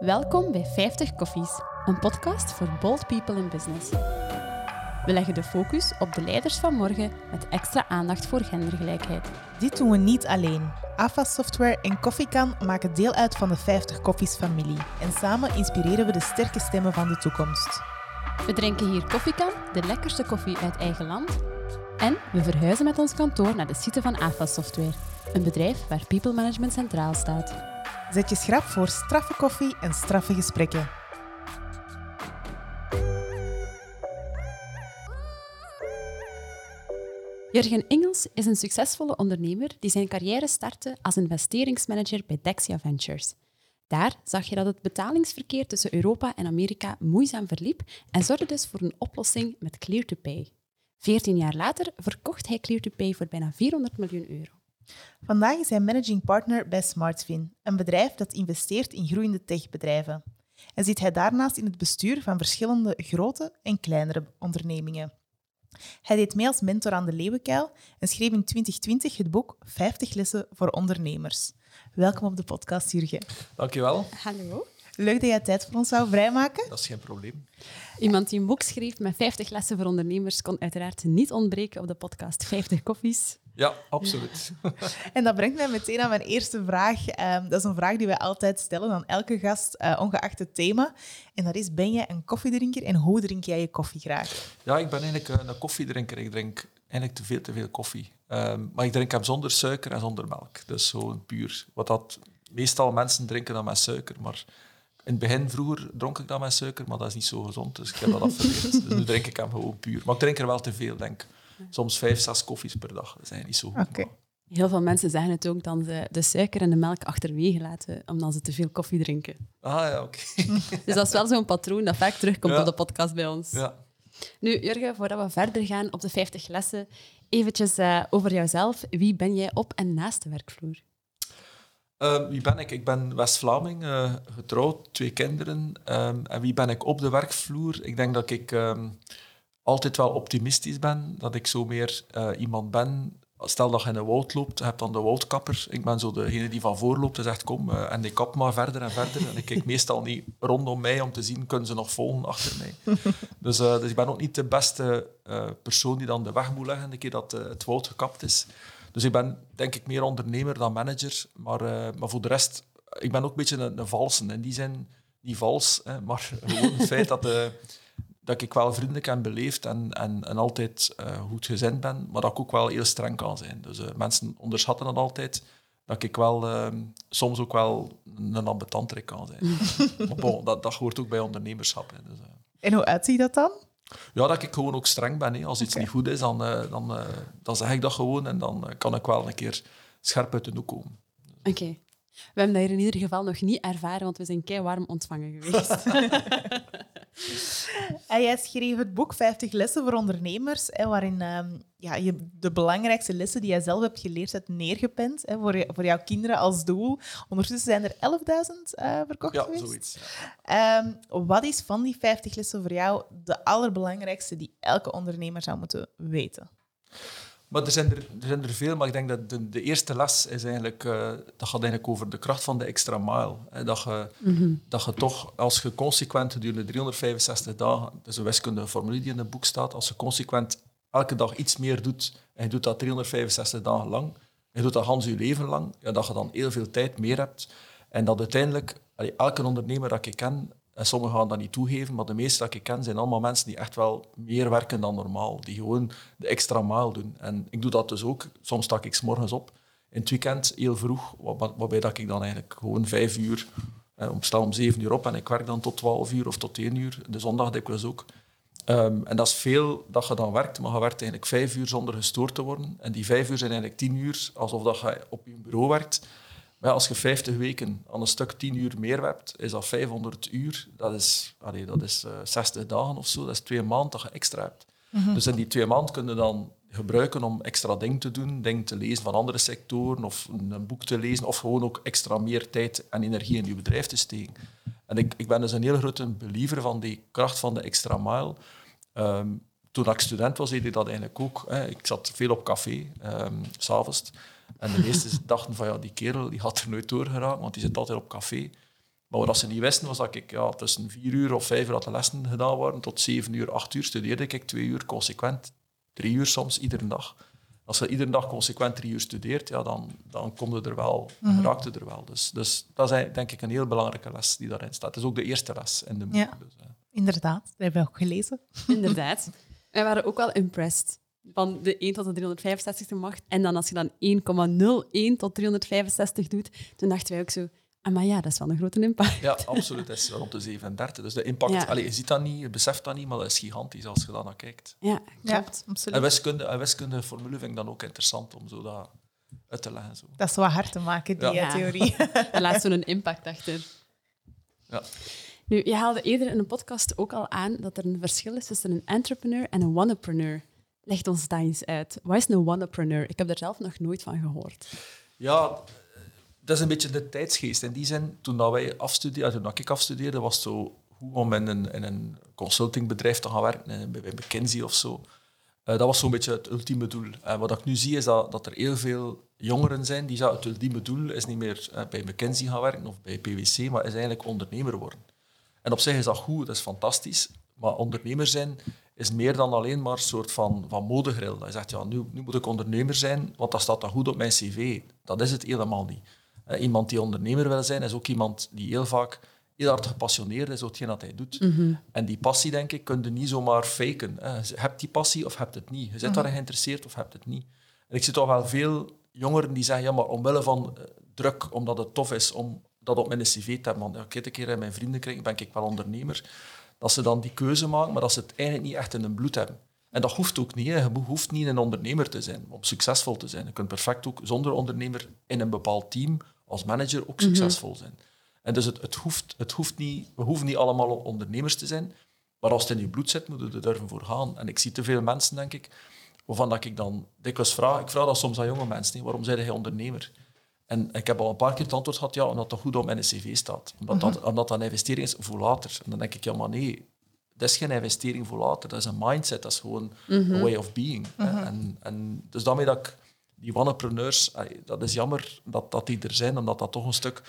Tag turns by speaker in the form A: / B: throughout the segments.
A: Welkom bij 50 Koffies, een podcast voor bold people in business. We leggen de focus op de leiders van morgen met extra aandacht voor gendergelijkheid.
B: Dit doen we niet alleen. AFA Software en Koffiekan maken deel uit van de 50 Koffies-familie. En samen inspireren we de sterke stemmen van de toekomst.
A: We drinken hier Koffiekan, de lekkerste koffie uit eigen land. En we verhuizen met ons kantoor naar de site van AFA Software, een bedrijf waar people management centraal staat.
B: Zet je schrap voor straffe koffie en straffe gesprekken.
A: Jurgen Engels is een succesvolle ondernemer die zijn carrière startte als investeringsmanager bij Dexia Ventures. Daar zag je dat het betalingsverkeer tussen Europa en Amerika moeizaam verliep en zorgde dus voor een oplossing met Clear2Pay. 14 jaar later verkocht hij Clear2Pay voor bijna €400 miljoen.
B: Vandaag is hij managing partner bij SmartFin, een bedrijf dat investeert in groeiende techbedrijven. En zit hij daarnaast in het bestuur van verschillende grote en kleinere ondernemingen. Hij deed mee als mentor aan de Leeuwenkuil en schreef in 2020 het boek 50 lessen voor ondernemers. Welkom op de podcast, Jurgen.
C: Dankjewel.
A: Hallo.
B: Leuk dat jij tijd voor ons zou vrijmaken.
C: Dat is geen probleem.
A: Iemand die een boek schreef met 50 lessen voor ondernemers kon uiteraard niet ontbreken op de podcast 50 Koffies.
C: Ja, absoluut.
B: En dat brengt mij meteen aan mijn eerste vraag. Dat is een vraag die wij altijd stellen aan elke gast, ongeacht het thema. En dat is, ben jij een koffiedrinker en hoe drink jij je koffie graag?
C: Ja, ik ben eigenlijk een koffiedrinker. Ik drink eigenlijk te veel koffie. Maar ik drink hem zonder suiker en zonder melk. Dus gewoon puur. Wat dat meestal mensen drinken dan met suiker. Maar in het begin, vroeger, dronk ik dat met suiker, maar dat is niet zo gezond. Dus ik heb dat afgeleerd. Dus nu drink ik hem gewoon puur. Maar ik drink er wel te veel, denk ik. Soms 5, 6 koffies per dag. Dat is eigenlijk niet zo goed.
B: Okay.
A: Heel veel mensen zeggen het ook dat ze de suiker en de melk achterwege laten, omdat ze te veel koffie drinken.
C: Ah ja, oké.
A: Dus dat is wel zo'n patroon dat vaak terugkomt
C: Ja.
A: op de podcast bij ons.
C: Ja.
A: Nu, Jurgen, voordat we verder gaan op de 50 lessen, eventjes over jouzelf. Wie ben jij op en naast de werkvloer?
C: Wie ben ik? Ik ben West-Vlaming, getrouwd, 2 kinderen. En wie ben ik op de werkvloer? Ik denk dat ik altijd wel optimistisch ben. Dat ik zo meer iemand ben. Stel dat je in een woud loopt, je hebt dan de woudkapper. Ik ben zo degene die van voor loopt en zegt kom, en ik kap maar verder en verder. En ik kijk meestal niet rondom mij om te zien, kunnen ze nog volgen achter mij. Dus ik ben ook niet de beste persoon die dan de weg moet leggen de keer dat het woud gekapt is. Dus ik ben denk ik meer ondernemer dan manager. Maar voor de rest, ik ben ook een beetje een valse. In die zin, niet vals, maar gewoon het feit dat ik wel vriendelijk en beleefd en altijd goedgezind ben, maar dat ik ook wel heel streng kan zijn. Dus mensen onderschatten dat altijd, dat ik wel soms ook wel een ambetanterik kan zijn. Maar bon, dat hoort ook bij ondernemerschap. Hè. Dus,
B: En hoe uitziet dat dan?
C: ja, dat ik gewoon ook streng ben. Hè. Als iets niet goed is, dan zeg ik dat gewoon en dan kan ik wel een keer scherp uit de hoek komen.
A: Oké. We hebben dat hier in ieder geval nog niet ervaren, want we zijn keiwarm ontvangen geweest.
B: En jij schreef het boek 50 lessen voor ondernemers, waarin je de belangrijkste lessen die jij zelf hebt geleerd hebt neergepend, voor jouw kinderen als doel. Ondertussen zijn er 11.000 verkocht
C: Ja,
B: geweest.
C: zoiets. Ja.
B: Wat is van die 50 lessen voor jou de allerbelangrijkste die elke ondernemer zou moeten weten?
C: Maar er zijn er veel, maar ik denk dat de eerste les is eigenlijk, dat gaat eigenlijk over de kracht van de extra mile. Hè. Dat je toch, als je consequent gedurende 365 dagen, dat is een wiskundige formule die in het boek staat, als je consequent elke dag iets meer doet, en je doet dat 365 dagen lang, en je doet dat Hans je leven lang, ja, dat je dan heel veel tijd meer hebt. En dat uiteindelijk, elke ondernemer dat ik ken, en sommigen gaan dat niet toegeven, maar de meeste dat ik ken zijn allemaal mensen die echt wel meer werken dan normaal. Die gewoon de extra mile doen. En ik doe dat dus ook. Soms sta ik 's morgens op. In het weekend heel vroeg, waarbij dat ik dan eigenlijk gewoon 5 uur... Ik sta om 7 uur op en ik werk dan tot 12 uur of tot 1 uur. De zondag dikwijls ook. En dat is veel dat je dan werkt, maar je werkt eigenlijk 5 uur zonder gestoord te worden. En die 5 uur zijn eigenlijk 10 uur, alsof dat je op je bureau werkt. Maar ja, als je 50 weken aan een stuk 10 uur meer hebt, is dat 500 uur. Dat is 60 dagen of zo. Dat is 2 maanden dat je extra hebt. Mm-hmm. Dus in die 2 maanden kun je dan gebruiken om extra dingen te doen. Dingen te lezen van andere sectoren of een boek te lezen. Of gewoon ook extra meer tijd en energie in je bedrijf te steken. En ik ben dus een heel grote believer van die kracht van de extra mile. Toen ik student was, deed ik dat eigenlijk ook. Ik zat veel op café, 's avonds. En de meesten dachten van, ja, die kerel die gaat er nooit door geraken, want die zit altijd op café. Maar wat ze niet wisten, was dat ik tussen 4 uur of 5 uur had de lessen gedaan waren, tot 7 uur, 8 uur studeerde ik 2 uur consequent, 3 uur soms, iedere dag. Als je iedere dag consequent 3 uur studeert, dan kom je er wel, raakt het er wel. Dus dat is denk ik een heel belangrijke les die daarin staat. Het is ook de eerste les in de boek.
B: Ja,
C: dus,
B: inderdaad. Dat hebben we ook gelezen.
A: Inderdaad. Wij waren ook wel impressed van de 1 tot de 365e macht. En dan als je dan 1,01 tot 365 doet, toen dachten wij ook zo... Maar ja, dat is wel een grote impact.
C: Ja, absoluut. Dat is rond de 37. Dus de impact, je ziet dat niet, je beseft dat niet, maar dat is gigantisch als je daar naar kijkt.
A: Ja, klopt.
B: Ja, absoluut.
C: En wiskundeformule vind ik dan ook interessant om zo dat uit te leggen. Zo.
B: Dat is wat hard te maken, die theorie.
A: Daar laat zo'n impact achter.
C: Ja.
A: Nu, je haalde eerder in een podcast ook al aan dat er een verschil is tussen een entrepreneur en een wannapreneur. Leg ons dat eens uit. Wat is een wannapreneur? Ik heb er zelf nog nooit van gehoord.
C: Ja, dat is een beetje de tijdsgeest. In die zin, toen ik afstudeerde, was het zo goed om in een consultingbedrijf te gaan werken, bij McKinsey of zo. Dat was zo'n beetje het ultieme doel. En wat ik nu zie, is dat er heel veel jongeren zijn die zeggen, het ultieme doel is niet meer bij McKinsey gaan werken of bij PwC, maar is eigenlijk ondernemer worden. En op zich is dat goed, dat is fantastisch. Maar ondernemer zijn is meer dan alleen maar een soort van modegril. Dat je zegt, nu moet ik ondernemer zijn, want dat staat dan goed op mijn cv. Dat is het helemaal niet. Iemand die ondernemer wil zijn, is ook iemand die heel vaak heel hard gepassioneerd is door hetgeen dat hij doet.
A: Mm-hmm.
C: En die passie, denk ik, kun je niet zomaar faken. Je hebt die passie of hebt het niet. Je bent daarin geïnteresseerd of hebt het niet. En ik zie toch wel veel jongeren die zeggen, maar omwille van druk, omdat het tof is om dat op mijn cv te hebben. Want een keer in mijn vriendenkring ben ik wel ondernemer. Dat ze dan die keuze maken, maar dat ze het eigenlijk niet echt in hun bloed hebben. En dat hoeft ook niet. Hè. Je hoeft niet een ondernemer te zijn om succesvol te zijn. Je kunt perfect ook zonder ondernemer in een bepaald team als manager ook succesvol zijn. En dus het hoeft niet, we hoeven niet allemaal ondernemers te zijn, maar als het in je bloed zit, moet je er durven voor gaan. En ik zie te veel mensen, denk ik, waarvan dat ik dan dikwijls vraag, ik vraag dat soms aan jonge mensen, waarom zijn jij ondernemer? En ik heb al een paar keer het antwoord gehad, omdat dat goed op mijn cv staat. Omdat dat een investering is voor later. En dan denk ik, maar nee, dat is geen investering voor later. Dat is een mindset, dat is gewoon a way of being. En dus daarmee dat ik die wannapreneurs, dat is jammer dat die er zijn, omdat dat toch een stuk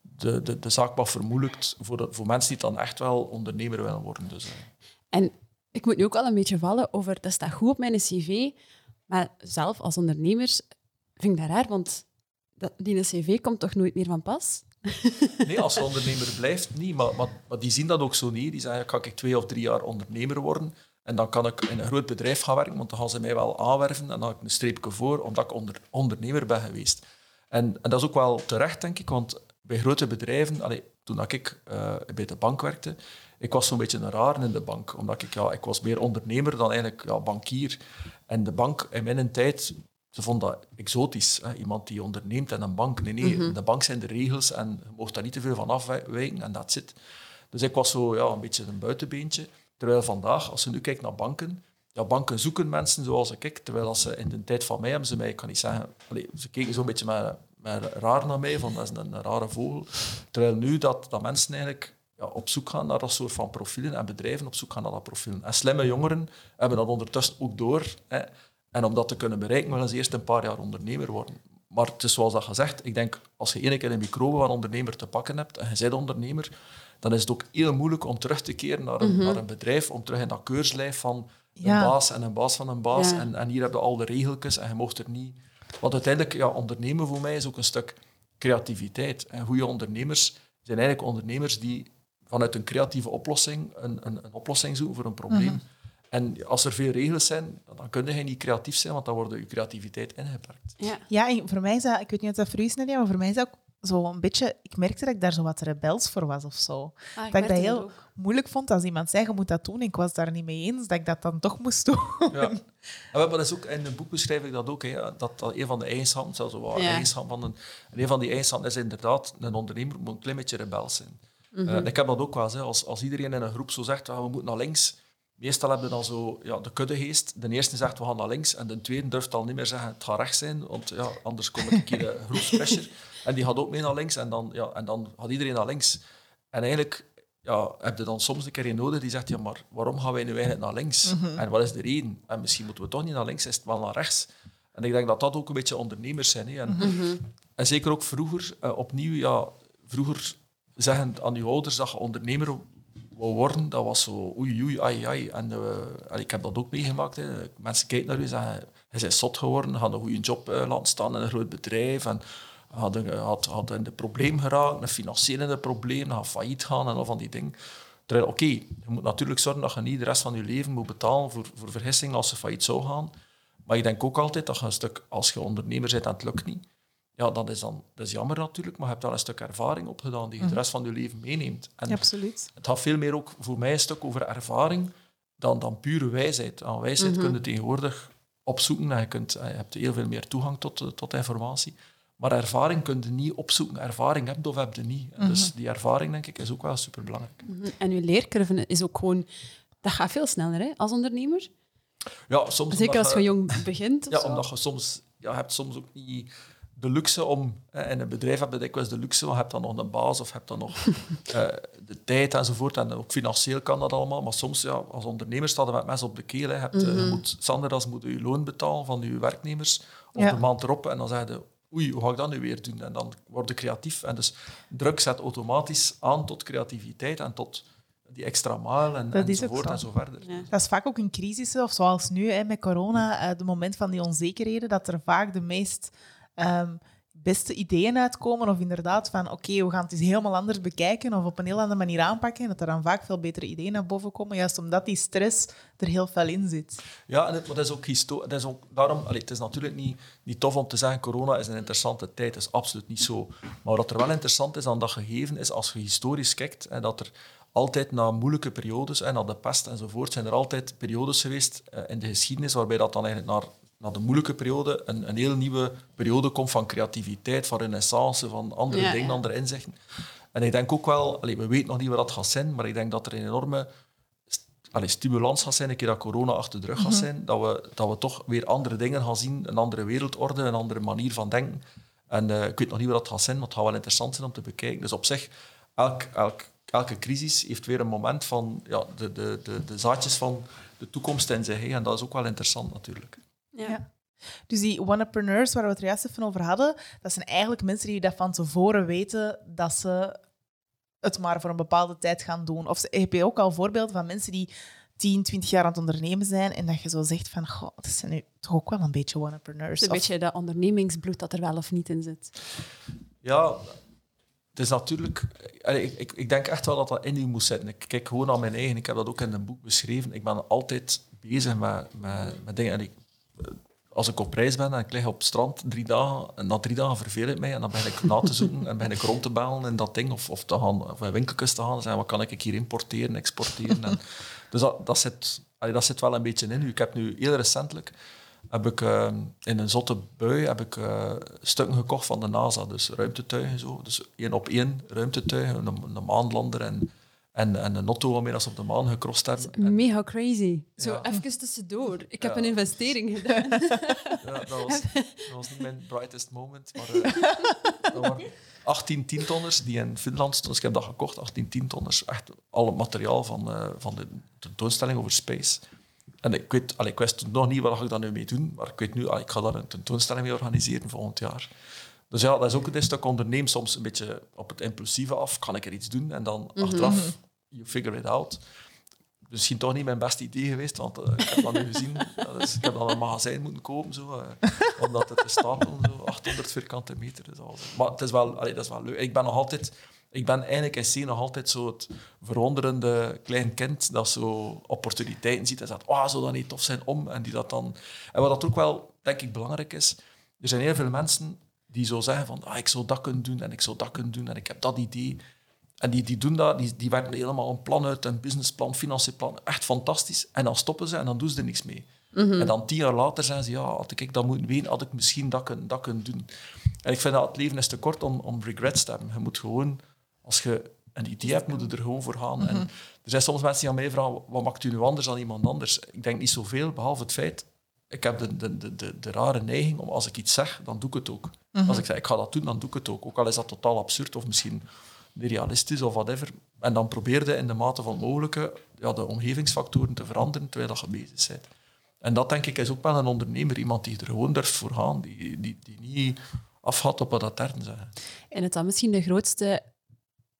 C: de zaak wat vermoeilijkt voor mensen die dan echt wel ondernemer willen worden. Dus,
A: En ik moet nu ook wel een beetje vallen over, dat staat goed op mijn cv, maar zelf als ondernemers vind ik dat raar, want die cv komt toch nooit meer van pas?
C: Nee, als je ondernemer blijft, niet. Maar die zien dat ook zo niet. Die zeggen, kan ik 2 of 3 jaar ondernemer worden en dan kan ik in een groot bedrijf gaan werken, want dan gaan ze mij wel aanwerven en dan heb ik een streepje voor, omdat ik ondernemer ben geweest. En dat is ook wel terecht, denk ik, want bij grote bedrijven, toen ik bij de bank werkte, ik was zo'n beetje een raar in de bank, omdat ik was meer ondernemer dan eigenlijk bankier. En de bank in mijn tijd, ze vonden dat exotisch. Hè? Iemand die onderneemt in een bank. Nee, in de bank zijn de regels en je mocht daar niet te veel van afwijken en that's it. Dus ik was zo een beetje een buitenbeentje. Terwijl vandaag, als je nu kijkt naar banken, banken zoeken mensen zoals ik. Terwijl als ze in de tijd van mij hebben ze mij, ik kan niet zeggen, ze keken zo'n beetje met raar naar mij, van dat is een rare vogel. Terwijl nu dat mensen eigenlijk op zoek gaan naar dat soort van profielen en bedrijven op zoek gaan naar dat profielen. En slimme jongeren hebben dat ondertussen ook door. Hè. En om dat te kunnen bereiken, willen ze eerst een paar jaar ondernemer worden. Maar het is zoals dat gezegd, ik denk, als je één keer een microbe van ondernemer te pakken hebt en je bent ondernemer, dan is het ook heel moeilijk om terug te keren naar een bedrijf, om terug in dat keurslijf van een baas en een baas van een baas. Ja. En hier heb je al de regeltjes en je mocht er niet... Want uiteindelijk, ondernemen voor mij is ook een stuk creativiteit. En goede ondernemers zijn eigenlijk ondernemers die vanuit een creatieve oplossing een oplossing zoeken voor een probleem. En als er veel regels zijn, dan kun je niet creatief zijn, want dan wordt je creativiteit ingeperkt.
B: Ja, en voor mij is dat... Ik weet niet of dat voor u is, Nadia, maar voor mij is dat ook zo een beetje... Ik merkte dat ik daar zo wat rebels voor was of zo. Dat ik dat heel moeilijk vond als iemand zei, je moet dat doen, en ik was daar niet mee eens, dat ik dat dan toch moest doen.
C: Ja. Maar dat is ook, in een boek beschrijf ik dat ook, hè, dat een van de eigenschappen, zelfs wel een eigenschap van een van die eigenschappen is inderdaad, een ondernemer moet een klein beetje rebels zijn. Ik heb dat ook wel eens, als iedereen in een groep zo zegt, we moeten naar links. Meestal hebben we dan zo de kuddegeest. De eerste zegt, we gaan naar links. En de tweede durft al niet meer zeggen, het gaat rechts zijn. Want anders kom ik hier een groepspressure. En die gaat ook mee naar links. En dan gaat iedereen naar links. En eigenlijk heb je dan soms een keer een nodig die zegt, maar waarom gaan wij nu eigenlijk naar links? En wat is de reden? En misschien moeten we toch niet naar links, is het wel naar rechts. En ik denk dat dat ook een beetje ondernemers zijn. Hè. En zeker ook vroeger, vroeger zeggen aan je ouders dat je ondernemer wou worden, dat was zo oei, ai. En ik heb dat ook meegemaakt. Hè. Mensen kijken naar je en zeggen, je bent zot geworden, je had een goede job laten staan in een groot bedrijf en had in een probleem geraakt, een financiële probleem, dan gaat failliet gaan en al van die dingen. Terwijl, oké, je moet natuurlijk zorgen dat je niet de rest van je leven moet betalen voor vergissingen als ze failliet zou gaan. Maar ik denk ook altijd dat je een stuk, als je ondernemer bent en het lukt niet, ja, dat is jammer natuurlijk, maar je hebt wel een stuk ervaring opgedaan die je de rest van je leven meeneemt. En
B: absoluut.
C: het gaat veel meer ook voor mij een stuk over ervaring dan pure wijsheid. Aan wijsheid kun je tegenwoordig opzoeken en je hebt heel veel meer toegang tot informatie. Maar ervaring kun je niet opzoeken. Ervaring heb je of heb je niet. Dus die ervaring, denk ik, is ook wel superbelangrijk.
A: En je leercurve is ook gewoon... Dat gaat veel sneller, hè, als ondernemer.
C: Ja, soms
A: zeker als je jong begint.
C: Ja, omdat je soms... Ja, hebt soms ook niet de luxe om... In een bedrijf heb je dikwijls de luxe, want je hebt dan nog een baas of je hebt dan nog de tijd enzovoort. En ook financieel kan dat allemaal. Maar soms, ja, als ondernemer staat er met mes op de keel. Hè. Sandra moet je loon betalen van je werknemers op de maand erop. En dan zeg je... Oei, hoe ga ik dat nu weer doen? En dan word je creatief. En dus druk zet automatisch aan tot creativiteit en tot die extra maal enzovoort en zo verder.
B: Ja. Dat is vaak ook in crisissen, of zoals nu met corona, het moment van die onzekerheden, dat er vaak de meest beste ideeën uitkomen. Of inderdaad van, oké, we gaan het eens helemaal anders bekijken of op een heel andere manier aanpakken. En dat er dan vaak veel betere ideeën naar boven komen, juist omdat die stress er heel veel in zit.
C: Ja, en dat is ook daarom, het is natuurlijk niet tof om te zeggen corona is een interessante tijd. Dat is absoluut niet zo. Maar wat er wel interessant is aan dat gegeven is, als je historisch kijkt, en dat er altijd na moeilijke periodes, en na de pest enzovoort, zijn er altijd periodes geweest in de geschiedenis waarbij dat dan eigenlijk naar de moeilijke periode een heel nieuwe periode komt van creativiteit, van renaissance, van andere dingen, andere inzichten. En ik denk ook wel, we weten nog niet wat dat gaat zijn, maar ik denk dat er een enorme stimulans gaat zijn, een keer dat corona achter de rug gaat zijn, dat we toch weer andere dingen gaan zien, een andere wereldorde, een andere manier van denken. En ik weet nog niet wat dat gaat zijn, maar het gaat wel interessant zijn om te bekijken. Dus op zich, elke crisis heeft weer een moment van de zaadjes van de toekomst in zich. En dat is ook wel interessant natuurlijk.
B: Ja. Dus die onepreneurs waar we het er juist even over hadden, dat zijn eigenlijk mensen die dat van tevoren weten dat ze het maar voor een bepaalde tijd gaan doen. Of heb je ook al voorbeelden van mensen die 10, 20 jaar aan het ondernemen zijn en dat je zo zegt van, goh, dat zijn nu toch ook wel een beetje onepreneurs.
A: Een beetje dat ondernemingsbloed dat er wel of niet in zit.
C: Ja, het is natuurlijk... Ik denk echt wel dat dat in je moet zitten. Ik kijk gewoon naar mijn eigen. Ik heb dat ook in een boek beschreven. Ik ben altijd bezig met dingen. En als ik op reis ben en ik lig op het strand 3 dagen, en na 3 dagen verveel ik mij en dan ben ik na te zoeken en ben ik rond te bellen in dat ding of in winkeltjes te gaan en zeggen, wat kan ik hier importeren, exporteren. En, dus dat zit wel een beetje in u. Ik heb nu heel recentelijk in een zotte bui stukken gekocht van de NASA, dus ruimtetuigen zo. Dus 1-op-1 ruimtetuigen, een maanlander en een auto waarmee ze op de maan gecrossed hebben.
A: Mega crazy. Zo even tussendoor. Ik heb een investering gedaan.
C: Ja, dat was niet mijn brightest moment, maar dat waren 18 10-tonners die in Finland stonden. Dus ik heb dat gekocht, 18 10-tonners. Echt al het materiaal van de tentoonstelling over space. En ik wist nog niet wat ik daar nu mee doen, maar ik weet nu, ik ga daar een tentoonstelling mee organiseren volgend jaar. Dus ja, dat is ook een stuk ondernemen, soms een beetje op het impulsieve af. Kan ik er iets doen? En dan achteraf, you figure it out. Misschien toch niet mijn beste idee geweest, want ik heb dat nu gezien. Dus ik heb dan een magazijn moeten kopen, om dat te stapelen, 800 vierkante meter. Dus maar dat is wel leuk. Ik ben eigenlijk in C nog altijd zo het verwonderende klein kind dat zo opportuniteiten ziet en zegt, zou dat niet tof zijn om? En die dat dan... En wat dat ook wel, denk ik, belangrijk is, er zijn heel veel mensen die zo zeggen van, ik zou dat kunnen doen en ik zou dat kunnen doen en ik heb dat idee. En die doen dat, die werken helemaal een plan uit, een businessplan, financieel plan, echt fantastisch. En dan stoppen ze en dan doen ze er niks mee. En dan 10 jaar later zeggen ze, had ik dat moeten weten, had ik misschien dat kunnen doen. En ik vind dat het leven is te kort om regrets te hebben. Je moet gewoon, als je een idee hebt, moet je er gewoon voor gaan. En er zijn soms mensen die aan mij vragen, wat maakt u nu anders dan iemand anders? Ik denk niet zoveel, behalve het feit, ik heb de rare neiging om, als ik iets zeg, dan doe ik het ook. Als ik zeg, ik ga dat doen, dan doe ik het ook. Ook al is dat totaal absurd of misschien niet realistisch of whatever. En dan probeerde in de mate van het mogelijke de omgevingsfactoren te veranderen terwijl je bezig bent. En dat, denk ik, is ook wel een ondernemer. Iemand die er gewoon durft voor gaan, die niet afgaat op wat dat derden zeggen.
A: En het dan misschien de grootste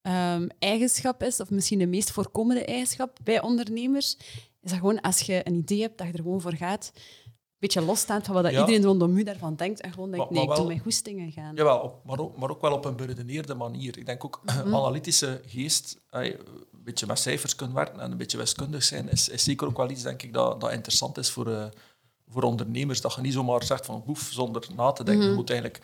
A: eigenschap is, of misschien de meest voorkomende eigenschap bij ondernemers, is dat gewoon als je een idee hebt, dat je er gewoon voor gaat, een beetje losstaand van wat iedereen rondom u daarvan denkt en gewoon denkt, nee, ik doe mijn goestingen gaan.
C: Jawel, maar ook wel op een beredeneerde manier. Ik denk ook, analytische geest, een beetje met cijfers kunnen werken en een beetje wiskundig zijn, is zeker ook wel iets, denk ik, dat interessant is voor ondernemers. Dat je niet zomaar zegt van boef, zonder na te denken. Je moet eigenlijk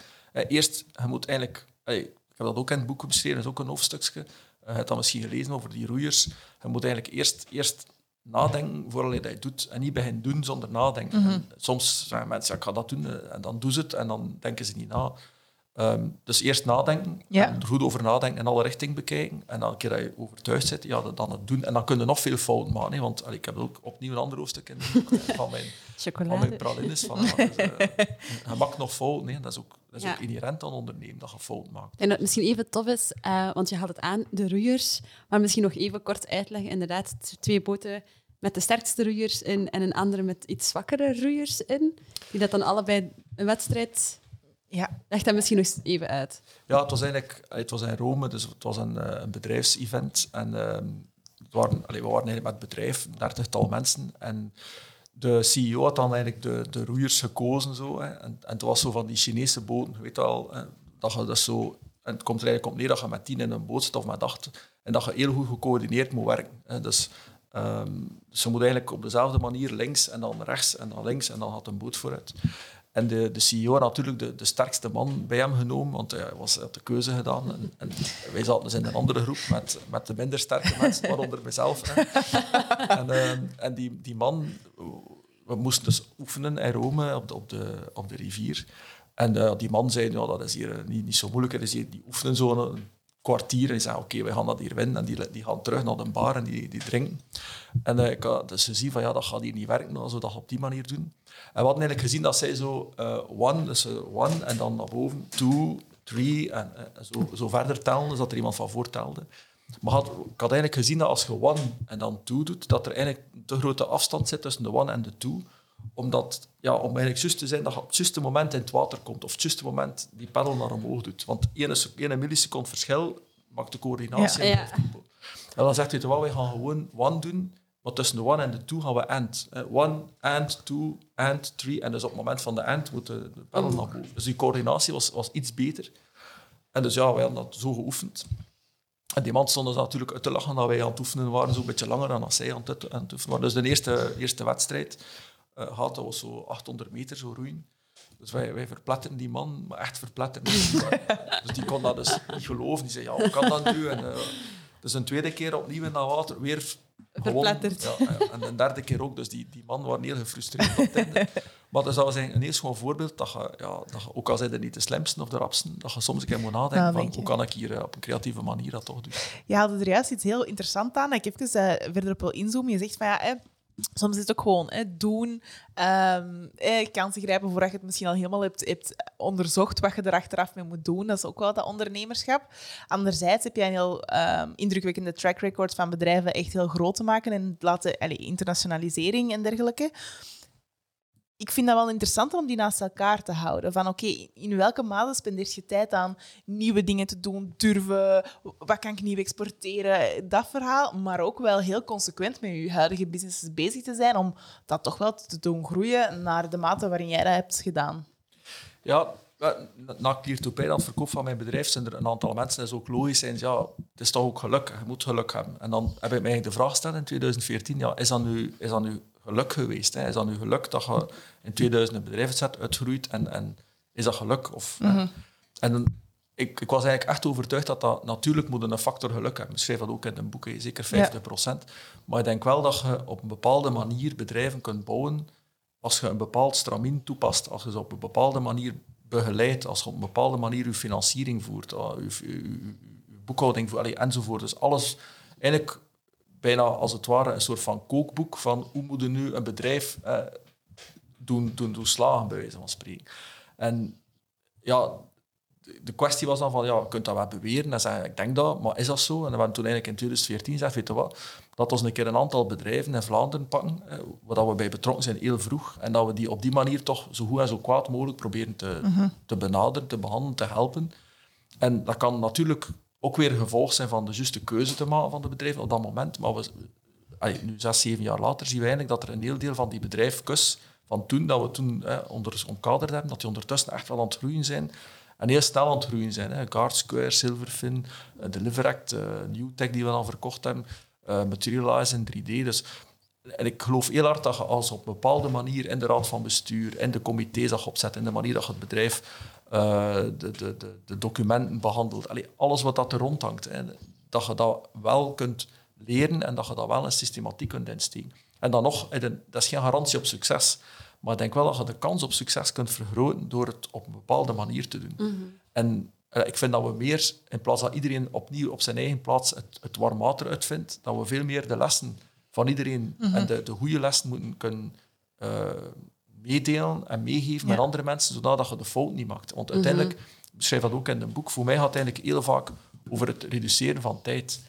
C: ik heb dat ook in het boek beschreven, dat is ook een hoofdstukje. Je hebt dat misschien gelezen over die roeiers. Je moet eigenlijk eerst nadenken voordat je dat doet en niet beginnen doen zonder nadenken. En soms zeggen mensen, ik ga dat doen en dan doen ze het en dan denken ze niet na. Dus eerst nadenken, en er goed over nadenken en alle richting bekijken. En dan een keer dat je overtuigd zit, dan het doen. En dan kun je nog veel fouten maken. Hè, want ik heb ook opnieuw een ander hoofdstuk in van mijn pralines. Je maakt nog fouten. Hè. Dat is ook inherent aan ondernemen, dat je fouten maakt.
A: En dat misschien even tof is, want je haalt het aan, de roeiers. Maar misschien nog even kort uitleggen. Inderdaad, 2 boten met de sterkste roeiers in en een andere met iets zwakkere roeiers in. Die dat dan allebei een wedstrijd...
B: Ja.
A: Leg dat misschien nog eens even uit.
C: Ja, het was in Rome, dus het was een bedrijfsevent. En we waren eigenlijk met het bedrijf, 30-tal mensen. En de CEO had dan eigenlijk de roeiers gekozen. Zo, hè. En het was zo van die Chinese boten, je weet wel, dat je dat zo... En het komt er eigenlijk op neer dat je met 10 in een boot zit of met 8. En dat je heel goed gecoördineerd moet werken. Hè. Dus je moet eigenlijk op dezelfde manier links en dan rechts en dan links en dan gaat een boot vooruit. En de CEO had natuurlijk de sterkste man bij hem genomen, want hij had de keuze gedaan. En wij zaten dus in een andere groep met de minder sterke mensen, waaronder mezelf. En die man, we moesten dus oefenen in Rome op de rivier. En die man zei, dat is hier niet zo moeilijk. Dus die oefenen zo een kwartier en die zeggen, oké, wij gaan dat hier winnen. En die gaan terug naar de bar en die drinken. En dus ze zien van, dat gaat hier niet werken als we dat op die manier doen. En we hadden eigenlijk gezien dat zij zo one en dan naar boven, 2, 3 en zo verder tellen, dus dat er iemand van voor telde. Maar ik had eigenlijk gezien dat als je 1 en dan 2 doet, dat er eigenlijk een te grote afstand zit tussen de 1 en de 2. Om eigenlijk juist te zijn dat je op het juiste moment in het water komt, of het juiste moment die peddel naar omhoog doet. Want 1 milliseconde verschil maakt de coördinatie.
A: Ja.
C: En dan zegt hij, wij gaan gewoon 1 doen, maar tussen de 1 en de 2 gaan we and. 1, and, 2, and, 3. En dus op het moment van de and moet de peddel naar boven. Dus die coördinatie was iets beter. En dus wij hadden dat zo geoefend. En die man stond dus natuurlijk uit te lachen dat wij aan het oefenen waren, zo een beetje langer dan als zij aan het oefenen waren. Dus de eerste wedstrijd dat was zo 800 meter, zo roeien. Dus wij verpletterden die man, maar echt verpletterden. Dus die kon dat dus niet geloven. Die zei, hoe kan dat nu? En, dus een tweede keer opnieuw in dat water, weer
A: verpletterd.
C: En de derde keer ook. Dus die man waren heel gefrustreerd op het einde. Maar dat was eigenlijk een heel schoon voorbeeld dat je ook al zijn er niet de slimste of de rapsten, dat je soms een keer moet nadenken van hoe kan ik hier op een creatieve manier dat toch doen.
B: Je haalde er juist iets heel interessants aan. Ik even verder op wil inzoomen. Je zegt van soms is het ook gewoon doen, kansen grijpen voordat je het misschien al helemaal hebt onderzocht wat je er achteraf mee moet doen. Dat is ook wel dat ondernemerschap. Anderzijds heb je een heel indrukwekkende track record van bedrijven echt heel groot te maken en internationalisering en dergelijke. Ik vind dat wel interessant om die naast elkaar te houden. Van oké, in welke mate spendeer je tijd aan nieuwe dingen te doen, durven, wat kan ik nieuw exporteren, dat verhaal. Maar ook wel heel consequent met je huidige business bezig te zijn om dat toch wel te doen groeien naar de mate waarin jij dat hebt gedaan.
C: Ja, na Clear2Pay, dat verkoop van mijn bedrijf, zijn er een aantal mensen die ook logisch zijn. Ja, het is toch ook geluk, je moet geluk hebben. En dan heb ik mij de vraag gesteld in 2014, is dat nu geluk geweest? Hè? Is dat nu geluk dat je in 2000 een bedrijf uitgroeit en is dat geluk? En ik was eigenlijk echt overtuigd dat natuurlijk moet een factor geluk hebben. Ik schrijf dat ook in een boek, zeker 50%. Maar ik denk wel dat je op een bepaalde manier bedrijven kunt bouwen als je een bepaald stramien toepast, als je ze op een bepaalde manier begeleidt, als je op een bepaalde manier je financiering voert, je boekhouding voert, enzovoort. Dus alles eigenlijk bijna als het ware een soort van kookboek van hoe moet je nu een bedrijf doen slagen, bij wijze van spreken. En ja, de kwestie was dan van, je kunt dat wel beweren en zeggen, ik denk dat, maar is dat zo? En we hebben toen eigenlijk in 2014 gezegd, weet je wat, dat we een keer een aantal bedrijven in Vlaanderen pakken, waar we bij betrokken zijn heel vroeg, en dat we die op die manier toch zo goed en zo kwaad mogelijk proberen te benaderen, te behandelen, te helpen. En dat kan natuurlijk ook weer een gevolg zijn van de juiste keuze te maken van de bedrijven op dat moment. Maar nu 6, 7 jaar later zien we eigenlijk dat er een heel deel van die bedrijfjes van toen, dat we toen omkaderd hebben, dat die ondertussen echt wel aan het groeien zijn. En heel snel aan het groeien zijn. Guardsquare, Silverfin, Deliveract, Newtech die we dan verkocht hebben, Materialize in 3D. Dus, en ik geloof heel hard dat je als op een bepaalde manier in de raad van bestuur, in de comité's dat je opzet, in de manier dat je het bedrijf de documenten behandelt, alles wat dat er rondhangt, dat je dat wel kunt leren en dat je dat wel een systematiek kunt insteken. En dan nog, dat is geen garantie op succes, maar ik denk wel dat je de kans op succes kunt vergroten door het op een bepaalde manier te doen. Mm-hmm. En ik vind dat we meer, in plaats dat iedereen opnieuw op zijn eigen plaats het warm water uitvindt, dat we veel meer de lessen van iedereen en de goede lessen moeten kunnen meedelen en meegeven met andere mensen, zodat je de fout niet maakt. Want uiteindelijk, ik beschrijf dat ook in een boek, voor mij gaat het eigenlijk heel vaak over het reduceren van tijd.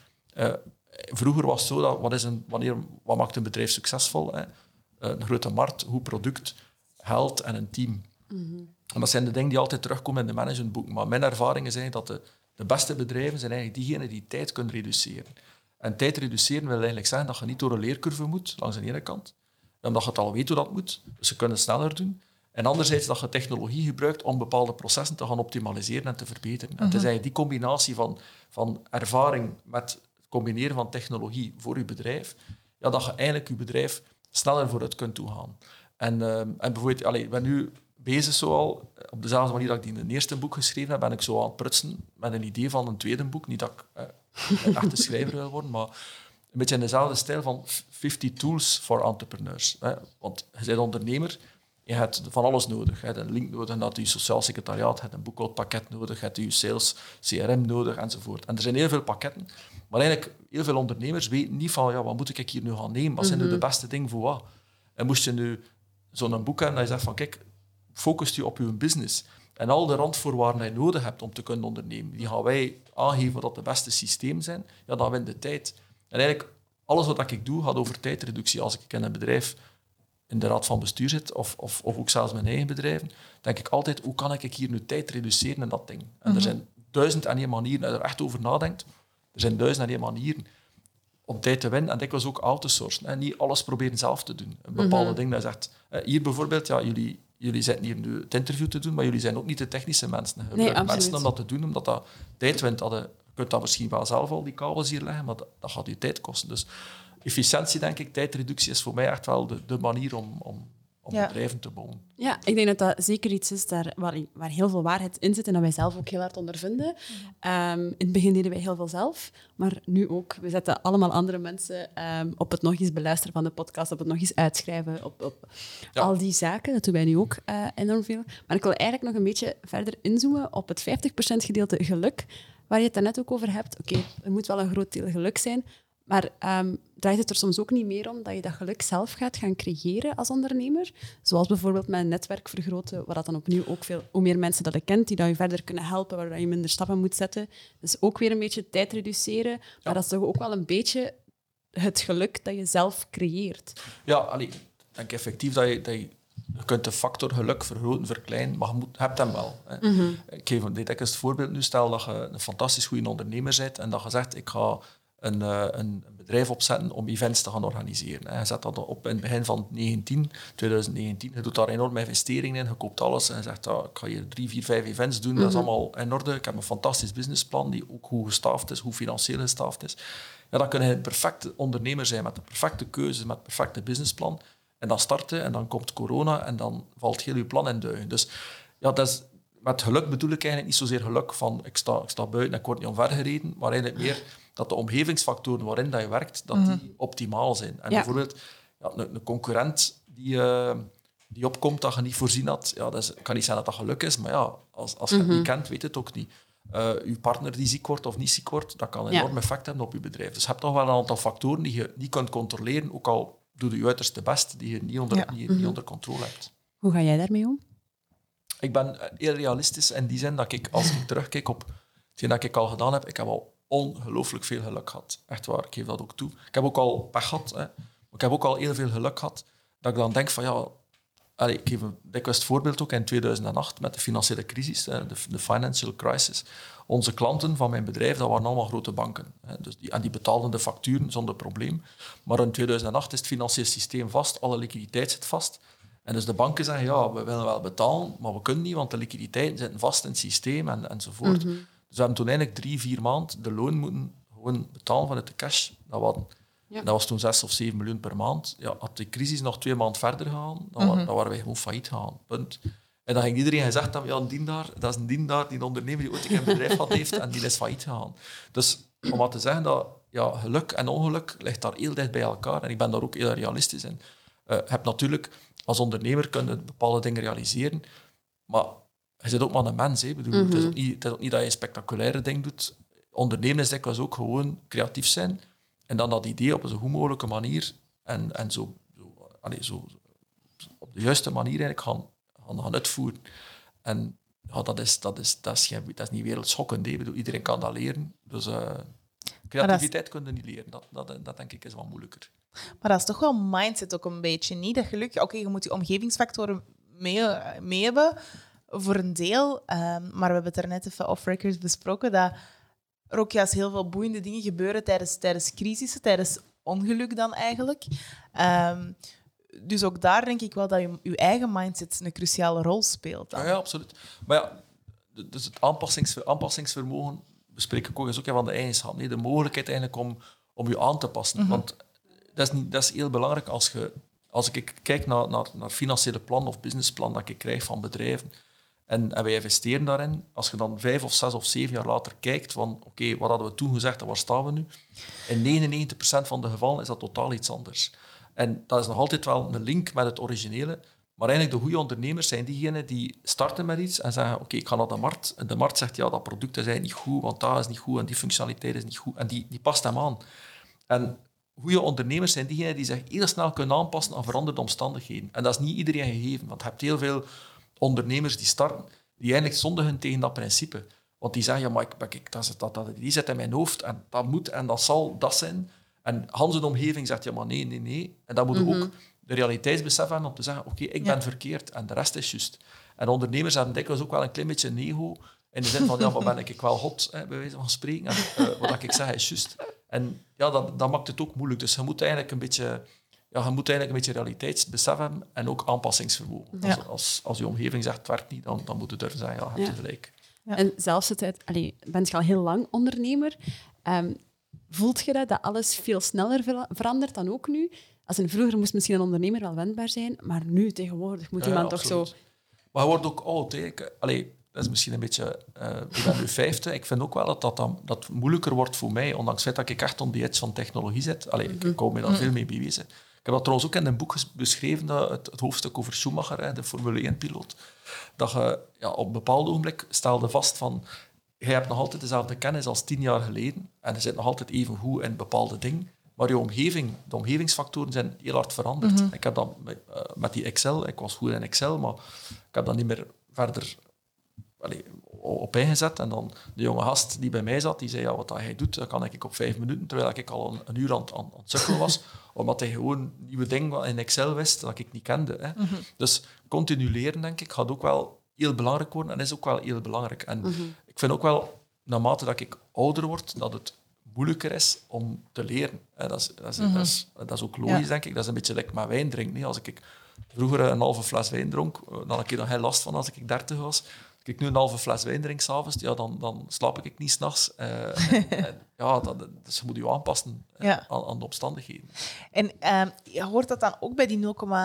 C: Vroeger was het zo, dat wat maakt een bedrijf succesvol? Een grote markt, goed product, geld en een team. Mm-hmm. En dat zijn de dingen die altijd terugkomen in de managementboeken. Maar mijn ervaring is eigenlijk dat de beste bedrijven zijn eigenlijk diegenen die tijd kunnen reduceren. En tijd reduceren wil eigenlijk zeggen dat je niet door een leercurve moet, langs de ene kant, omdat je het al weet hoe dat moet, dus ze kunnen het sneller doen. En anderzijds dat je technologie gebruikt om bepaalde processen te gaan optimaliseren en te verbeteren. En het is eigenlijk die combinatie van ervaring met het combineren van technologie voor je bedrijf, dat je eigenlijk je bedrijf sneller vooruit kunt toegaan. En bijvoorbeeld, ik ben nu bezig zoal, op dezelfde manier dat ik die in het eerste boek geschreven heb, ben ik zo aan het prutsen met een idee van een tweede boek. Niet dat ik een echte schrijver wil worden, maar een beetje in dezelfde stijl van 50 tools for entrepreneurs. Want je bent ondernemer, je hebt van alles nodig. Je hebt een link nodig naar je sociaal secretariaat, je hebt een boekhoudpakket nodig, je hebt je sales CRM nodig, enzovoort. En er zijn heel veel pakketten, maar eigenlijk heel veel ondernemers weten niet van wat moet ik hier nu gaan nemen? Wat zijn nu de beste dingen voor wat? En moest je nu zo'n boek hebben dat je zegt van kijk, focus je op je business. En al de randvoorwaarden die je nodig hebt om te kunnen ondernemen, die gaan wij aangeven wat de beste systemen zijn, dan win de tijd. En eigenlijk, alles wat ik doe, gaat over tijdreductie. Als ik in een bedrijf in de raad van bestuur zit, of ook zelfs mijn eigen bedrijven, denk ik altijd, hoe kan ik hier nu tijd reduceren in dat ding? En er zijn 1001 manieren, als je er echt over nadenkt, er zijn 1001 manieren om tijd te winnen en dikwijls ook outsourcen. En niet alles proberen zelf te doen. Een bepaalde ding dat je zegt, hier bijvoorbeeld, jullie zitten hier nu het interview te doen, maar jullie zijn ook niet de technische mensen. Je gebruikt mensen om dat te doen, omdat dat tijd wint. Je kunt dat misschien wel zelf al, die kabels hier leggen, maar dat gaat je tijd kosten. Dus efficiëntie, denk ik, tijdreductie is voor mij echt wel de manier om bedrijven te bouwen.
A: Ja, ik denk dat dat zeker iets is waar heel veel waarheid in zit en dat wij zelf ook heel hard ondervinden. In het begin deden wij heel veel zelf, maar nu ook. We zetten allemaal andere mensen op het nog eens beluisteren van de podcast, op het nog eens uitschrijven, op al die zaken. Dat doen wij nu ook enorm veel. Maar ik wil eigenlijk nog een beetje verder inzoomen op het 50% gedeelte geluk, waar je het daarnet ook over hebt. Oké, er moet wel een groot deel geluk zijn, maar draait het er soms ook niet meer om dat je dat geluk zelf gaat gaan creëren als ondernemer? Zoals bijvoorbeeld met een netwerk vergroten, waar dat dan opnieuw ook hoe meer mensen dat je kent, die dat je verder kunnen helpen, waar je minder stappen moet zetten. Dus ook weer een beetje tijd reduceren, maar dat is toch ook wel een beetje het geluk dat je zelf creëert.
C: Ja, ik denk effectief dat je kunt de factor geluk vergroten, verkleinen, maar je hebt hem wel. Hè. Mm-hmm. Ik geef het voorbeeld nu. Stel dat je een fantastisch goede ondernemer bent en dat je zegt, ik ga een bedrijf opzetten om events te gaan organiseren. Je zet dat op in het begin van 2019. Je doet daar enorme investeringen in, je koopt alles en je zegt, ik ga hier 3, 4, 5 events doen. Mm-hmm. Dat is allemaal in orde. Ik heb een fantastisch businessplan die ook goed gestaafd is, goed financieel gestaafd is. Ja, dan kun je een perfecte ondernemer zijn met de perfecte keuzes, met het perfecte businessplan. En dan starten en dan komt corona en dan valt heel je plan in duigen. Dus ja, dat is, met geluk bedoel ik eigenlijk niet zozeer geluk van ik sta buiten en ik word niet omvergereden, maar eigenlijk meer dat de omgevingsfactoren waarin dat je werkt, dat die optimaal zijn. En bijvoorbeeld een concurrent die opkomt dat je niet voorzien had, ik kan niet zeggen dat dat geluk is, maar ja, als je het niet kent, weet het ook niet. Je partner die ziek wordt of niet ziek wordt, dat kan een enorm effect hebben op je bedrijf. Dus je hebt toch wel een aantal factoren die je niet kunt controleren, ook al doe je uiterste best, die je niet onder controle hebt.
A: Hoe ga jij daarmee om?
C: Ik ben heel realistisch in die zin dat als ik terugkijk op hetgeen dat ik al gedaan heb, ik heb al ongelooflijk veel geluk gehad. Echt waar, ik geef dat ook toe. Ik heb ook al pech gehad, maar ik heb ook al heel veel geluk gehad, dat ik dan denk van ik geef een dikwijls het voorbeeld ook in 2008 met de financiële crisis, de financial crisis. Onze klanten van mijn bedrijf, dat waren allemaal grote banken. Dus die betaalden de facturen zonder probleem. Maar in 2008 is het financiële systeem vast, alle liquiditeit zit vast. En dus de banken zeggen, ja, we willen wel betalen, maar we kunnen niet, want de liquiditeiten zitten vast in het systeem enzovoort. Dus we hebben toen eigenlijk 3-4 maanden de loon moeten gewoon betalen vanuit de cash. Dat was toen 6 of 7 miljoen per maand. Ja, had de crisis nog 2 maanden verder gegaan, dan waren wij gewoon failliet gegaan. Punt. En dan ging iedereen gezegd hebben, ja, dat is een dienaar, die ondernemer die ooit een bedrijf gehad heeft en die is failliet gegaan. Dus om maar te zeggen dat geluk en ongeluk ligt daar heel dicht bij elkaar. En ik ben daar ook heel realistisch in. Je hebt natuurlijk, als ondernemer kun je bepaalde dingen realiseren, maar je bent ook maar een mens. Het is ook niet dat je een spectaculaire ding doet. Ondernemen is dikwijls ook gewoon creatief zijn en dan dat idee op een zo goed mogelijke manier en zo op de juiste manier eigenlijk gaan uitvoeren. En ja, dat is niet wereldschokkend. Iedereen kan dat leren. Dus creativiteit kun je niet leren. Dat denk ik is wat moeilijker.
B: Maar dat is toch wel mindset ook een beetje, niet? Dat geluk, oké, je moet die omgevingsfactoren mee hebben, voor een deel. Maar we hebben het er net even off-record besproken, dat er ook juist heel veel boeiende dingen gebeuren tijdens crisissen, tijdens ongeluk dan eigenlijk. Dus ook daar denk ik wel dat je eigen mindset een cruciale rol speelt. Dan.
C: Ja, absoluut. Maar ja, dus het aanpassingsvermogen bespreek ik ook eens ook van de eigenschap. Nee, de mogelijkheid eigenlijk om je aan te passen. Want dat is heel belangrijk als ik kijk naar financiële plan of businessplan dat ik krijg van bedrijven. En wij investeren daarin. Als je dan 5 of 6 of 7 jaar later kijkt van oké, wat hadden we toen gezegd en waar staan we nu? In 99% van de gevallen is dat totaal iets anders. En dat is nog altijd wel een link met het originele. Maar eigenlijk de goede ondernemers zijn diegenen die starten met iets en zeggen oké, ik ga naar de markt. En de markt zegt ja, dat product is eigenlijk niet goed, want dat is niet goed en die functionaliteit is niet goed. En die past hem aan. En goede ondernemers zijn diegenen die zich heel snel kunnen aanpassen aan veranderde omstandigheden. En dat is niet iedereen gegeven, want je hebt heel veel ondernemers die starten, die eigenlijk zondigen tegen dat principe. Want die zeggen, ja, maar die zit in mijn hoofd en dat moet en dat zal dat zijn. En Hans' omgeving zegt, ja, maar nee. En dan moet je ook de realiteitsbesef hebben om te zeggen, oké, ik ben verkeerd en de rest is juist. En ondernemers hebben dikwijls ook wel een klein beetje een ego, in de zin van, ja, maar ben ik wel hot, bij wijze van spreken. En wat ik zeg is juist. En ja, dat maakt het ook moeilijk. Dus je moet eigenlijk een beetje realiteitsbesef hebben en ook aanpassingsvermogen. Ja. Als je omgeving zegt, het werkt niet, dan moet je durven zeggen, ja, heb je gelijk.
A: Ja. En zelfs ben je al heel lang ondernemer. Voelt je dat alles veel sneller verandert dan ook nu? Vroeger moest misschien een ondernemer wel wendbaar zijn, maar nu tegenwoordig moet iemand toch zo...
C: Maar je wordt ook oud. Dat is misschien een beetje... ik ben nu 50. Ik vind ook wel dat moeilijker wordt voor mij, ondanks het feit dat ik echt op die edge van technologie zit. Ik hou me daar veel mee bezig. Ik heb dat trouwens ook in een boek beschreven, het hoofdstuk over Schumacher, de Formule 1-piloot. Dat je op een bepaald ogenblik stelde vast van... Je hebt nog altijd dezelfde kennis als 10 jaar geleden en je zit nog altijd even goed in bepaalde dingen. Maar de omgevingsfactoren zijn heel hard veranderd. Ik heb dat met die Excel, ik was goed in Excel, maar ik heb dat niet meer verder op ingezet. En dan de jonge gast die bij mij zat, die zei, ja, wat hij doet, dat kan ik op 5 minuten, terwijl ik al een uur aan het sukkelen was, omdat hij gewoon nieuwe dingen in Excel wist dat ik niet kende. Hè. Dus continu leren, denk ik, gaat ook wel heel belangrijk worden en is ook wel heel belangrijk. En ik vind ook wel, naarmate dat ik ouder word, dat het moeilijker is om te leren. Dat is ook logisch, denk ik. Dat is een beetje like met wijn drinken. Nee? Als ik vroeger een halve fles wijn dronk, dan had ik er nog heel last van als ik 30 was. Als ik nu een halve fles wijn drink s'avonds, ja, dan slaap ik niet 's nachts. Dus je moet je aanpassen aan de omstandigheden.
B: En je hoort dat dan ook bij die 0,01%,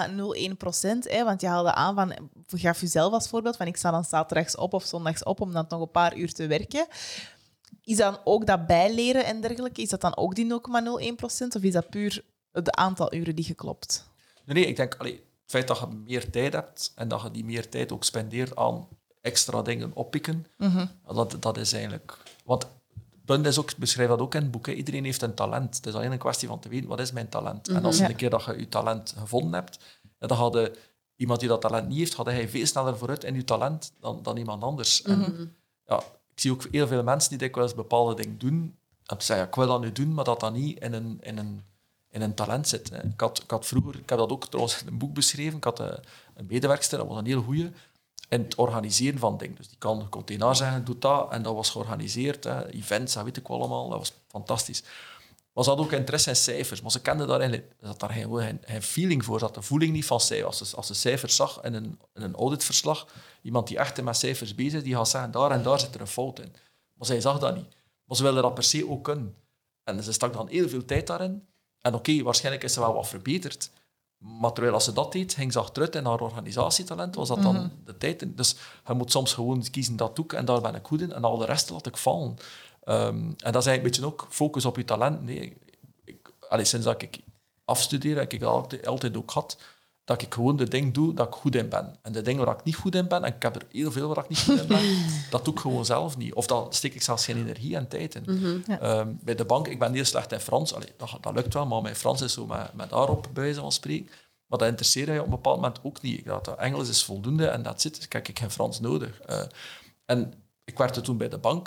B: want je haalde aan van, je gaf jezelf als voorbeeld van ik sta dan zaterdags op of zondags op om dan nog een paar uur te werken. Is dan ook dat bijleren en dergelijke, is dat dan ook die 0,01% of is dat puur het aantal uren die je klopt?
C: Nee, ik denk het feit dat je meer tijd hebt en dat je die meer tijd ook spendeert aan extra dingen oppikken, dat is eigenlijk... Want het punt is ook, ik beschrijf dat ook in het boek, iedereen heeft een talent. Het is alleen een kwestie van te weten, wat is mijn talent? En als een keer dat je je talent gevonden hebt, dan had iemand die dat talent niet heeft, had hij veel sneller vooruit in je talent dan iemand anders. En, ik zie ook heel veel mensen die dikwijls bepaalde dingen doen, en te zeggen, ik wil dat nu doen, maar dat dan niet in in een talent zit. Hè. Ik had vroeger, ik heb dat ook trouwens in een boek beschreven, ik had een medewerkster, dat was een heel goeie, in het organiseren van dingen. Dus die kon tegen haar zeggen, doe dat, en dat was georganiseerd, hè. Events, dat weet ik wel allemaal, dat was fantastisch. Maar ze had ook interesse in cijfers, maar ze kende daar eigenlijk, ze had daar geen feeling voor, ze had de voeling niet van cijfers. Als ze cijfers zag in een auditverslag, iemand die echt met cijfers bezig is, die gaat zeggen, daar en daar zit er een fout in. Maar zij zag dat niet. Maar ze wilde dat per se ook kunnen. En ze stak dan heel veel tijd daarin. En oké, waarschijnlijk is ze wel wat verbeterd. Maar terwijl als ze dat deed, ging ze achteruit in haar organisatietalent, was dat dan de tijd in. Dus je moet soms gewoon kiezen, dat doe ik en daar ben ik goed in. En al de rest laat ik vallen. En dat is eigenlijk een beetje ook focus op je talent. Nee, sinds dat ik afstudeer, heb ik altijd ook gehad, dat ik gewoon de dingen doe dat ik goed in ben. En de dingen waar ik niet goed in ben, en ik heb er heel veel waar ik niet goed in ben, dat doe ik gewoon zelf niet. Of dan steek ik zelfs geen energie en tijd in. Bij de bank, ik ben heel slecht in Frans. Dat lukt wel, maar mijn Frans is zo met daarop, bij wijze van spreken. Maar dat interesseert je op een bepaald moment ook niet. Dat Engels is voldoende en dat zit. Kijk, ik heb geen Frans nodig. En ik werkte toen bij de bank,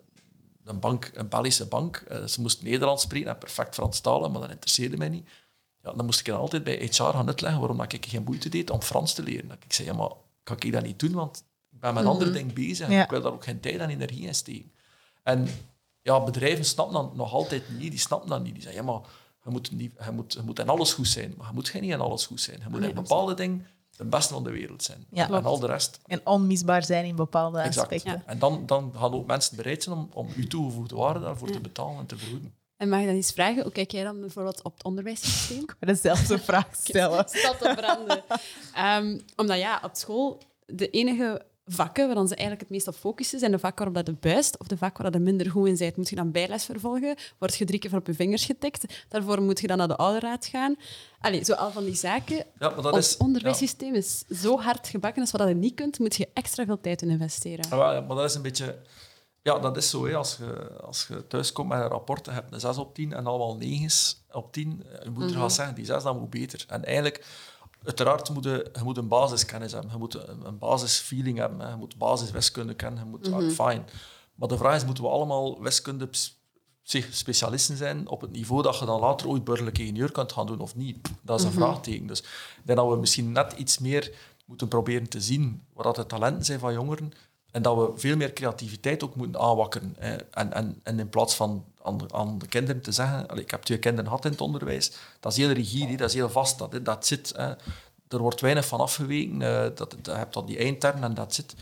C: een Belgische bank. Ze moest Nederlands spreken en perfect Frans talen, maar dat interesseerde mij niet. Ja, dan moest ik dan altijd bij HR gaan uitleggen waarom ik geen moeite deed om Frans te leren. Dat ik zei, ja, maar kan ik dat niet doen, want ik ben met andere dingen bezig en ik wil daar ook geen tijd en energie in steken. En ja, bedrijven snappen dat nog altijd niet. Die snappen dat niet. Die zeggen, ja, maar je moet in alles goed zijn. Maar je moet geen in alles goed zijn. Je moet in bepaalde dingen de beste van de wereld zijn.
B: Ja.
C: En al de rest...
B: En onmisbaar zijn in bepaalde aspecten.
A: Ja.
C: En dan gaan ook mensen bereid zijn om uw toegevoegde waarde daarvoor te betalen en te vergoeden.
A: En mag ik dan eens vragen, hoe kijk jij dan bijvoorbeeld op het onderwijssysteem?
B: Ik wil dezelfde vraag stellen.
A: Stad te branden. Omdat ja, op school de enige vakken waar ze eigenlijk het meest op focussen zijn de vakken waarop dat je buist of de vakken waar je minder goed in bent. Moet je dan bijles vervolgen, word je 3 keer van op je vingers getikt. Daarvoor moet je dan naar de ouderraad gaan. Allee, zo al van die zaken.
C: Ja, maar dat
A: Ons onderwijssysteem is zo hard gebakken, als wat je niet kunt, moet je extra veel tijd in investeren.
C: Ja, maar dat is een beetje... Ja, dat is zo. Hè. Als je thuis komt met een rapport, je hebt een 6 op 10 en allemaal 9 op 10. Je moeder gaat zeggen, die 6 dat moet beter. En eigenlijk, uiteraard, je moet een basiskennis hebben. Je moet een basisfeeling hebben. Hè. Je moet basiswiskunde kennen. Je moet, fine. Maar de vraag is, moeten we allemaal wiskunde specialisten zijn op het niveau dat je dan later ooit burgerlijk ingenieur kunt gaan doen of niet? Dat is een vraagteken. Dus ik denk dat we misschien net iets meer moeten proberen te zien wat de talenten zijn van jongeren. En dat we veel meer creativiteit ook moeten aanwakkeren. En in plaats van aan de kinderen te zeggen... Ik heb 2 kinderen gehad in het onderwijs. Dat is heel rigide, dat is heel vast. Dat zit. Er wordt weinig van afgeweken. Je hebt dan die eindterm en dat zit.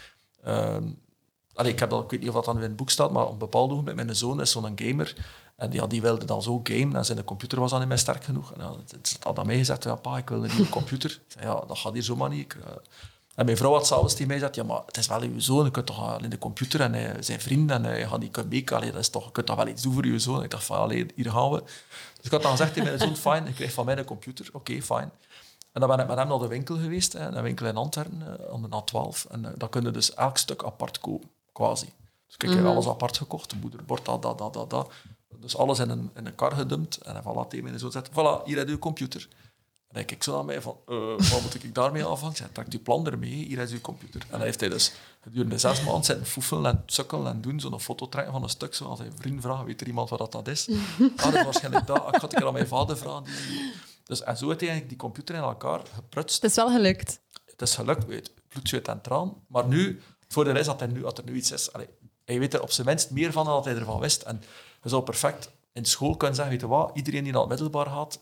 C: Ik weet niet of dat dan in het boek staat, maar op een bepaald moment met mijn zoon is zo'n gamer. En die wilde dan zo gamen en zijn computer was dan niet meer sterk genoeg. En het had aan mij gezegd, ja, pa, ik wil een nieuwe computer. Ik zei, ja, dat gaat hier zomaar niet. En mijn vrouw had s'avonds tegen mij gezegd, ja, maar het is wel uw zoon, je kunt toch in de computer en zijn vrienden en je gaat niet meekijken, je kunt toch wel iets doen voor uw zoon. Ik dacht van, hier gaan we. Dus ik had dan gezegd tegen mijn zoon, fijn, ik krijg van mij een computer, oké, fijn. En dan ben ik met hem naar de winkel geweest, een winkel in Antwerpen, aan de A12. En dan kun je dus elk stuk apart kopen, quasi. Dus ik heb alles apart gekocht, de moederbord, dat. Dus alles in een kar gedumpt. En voilà, tegen mijn zoon zegt, voilà, hier heb je uw computer. En dan kijk ik zo naar mij van, wat moet ik daarmee aanvangen? Ik zeg, trek je plan ermee, hier is uw computer. En dan heeft hij dus gedurende 6 maanden zitten foefelen en sukkelen en doen, zo'n foto trekken van een stuk, zo als hij een vriend vraagt, weet er iemand wat dat is? Dat is waarschijnlijk dat. Ik had ik aan mijn vader vragen. Dus, en zo heeft hij eigenlijk die computer in elkaar geprutst.
A: Het is wel gelukt.
C: Het is gelukt, weet bloed, zweet en traan. Maar nu, het voordeel is dat er nu iets is. Hij weet er op zijn minst meer van dan dat hij ervan wist. En je zou perfect in school kunnen zeggen, weet je wat, iedereen die naar het middelbaar gaat,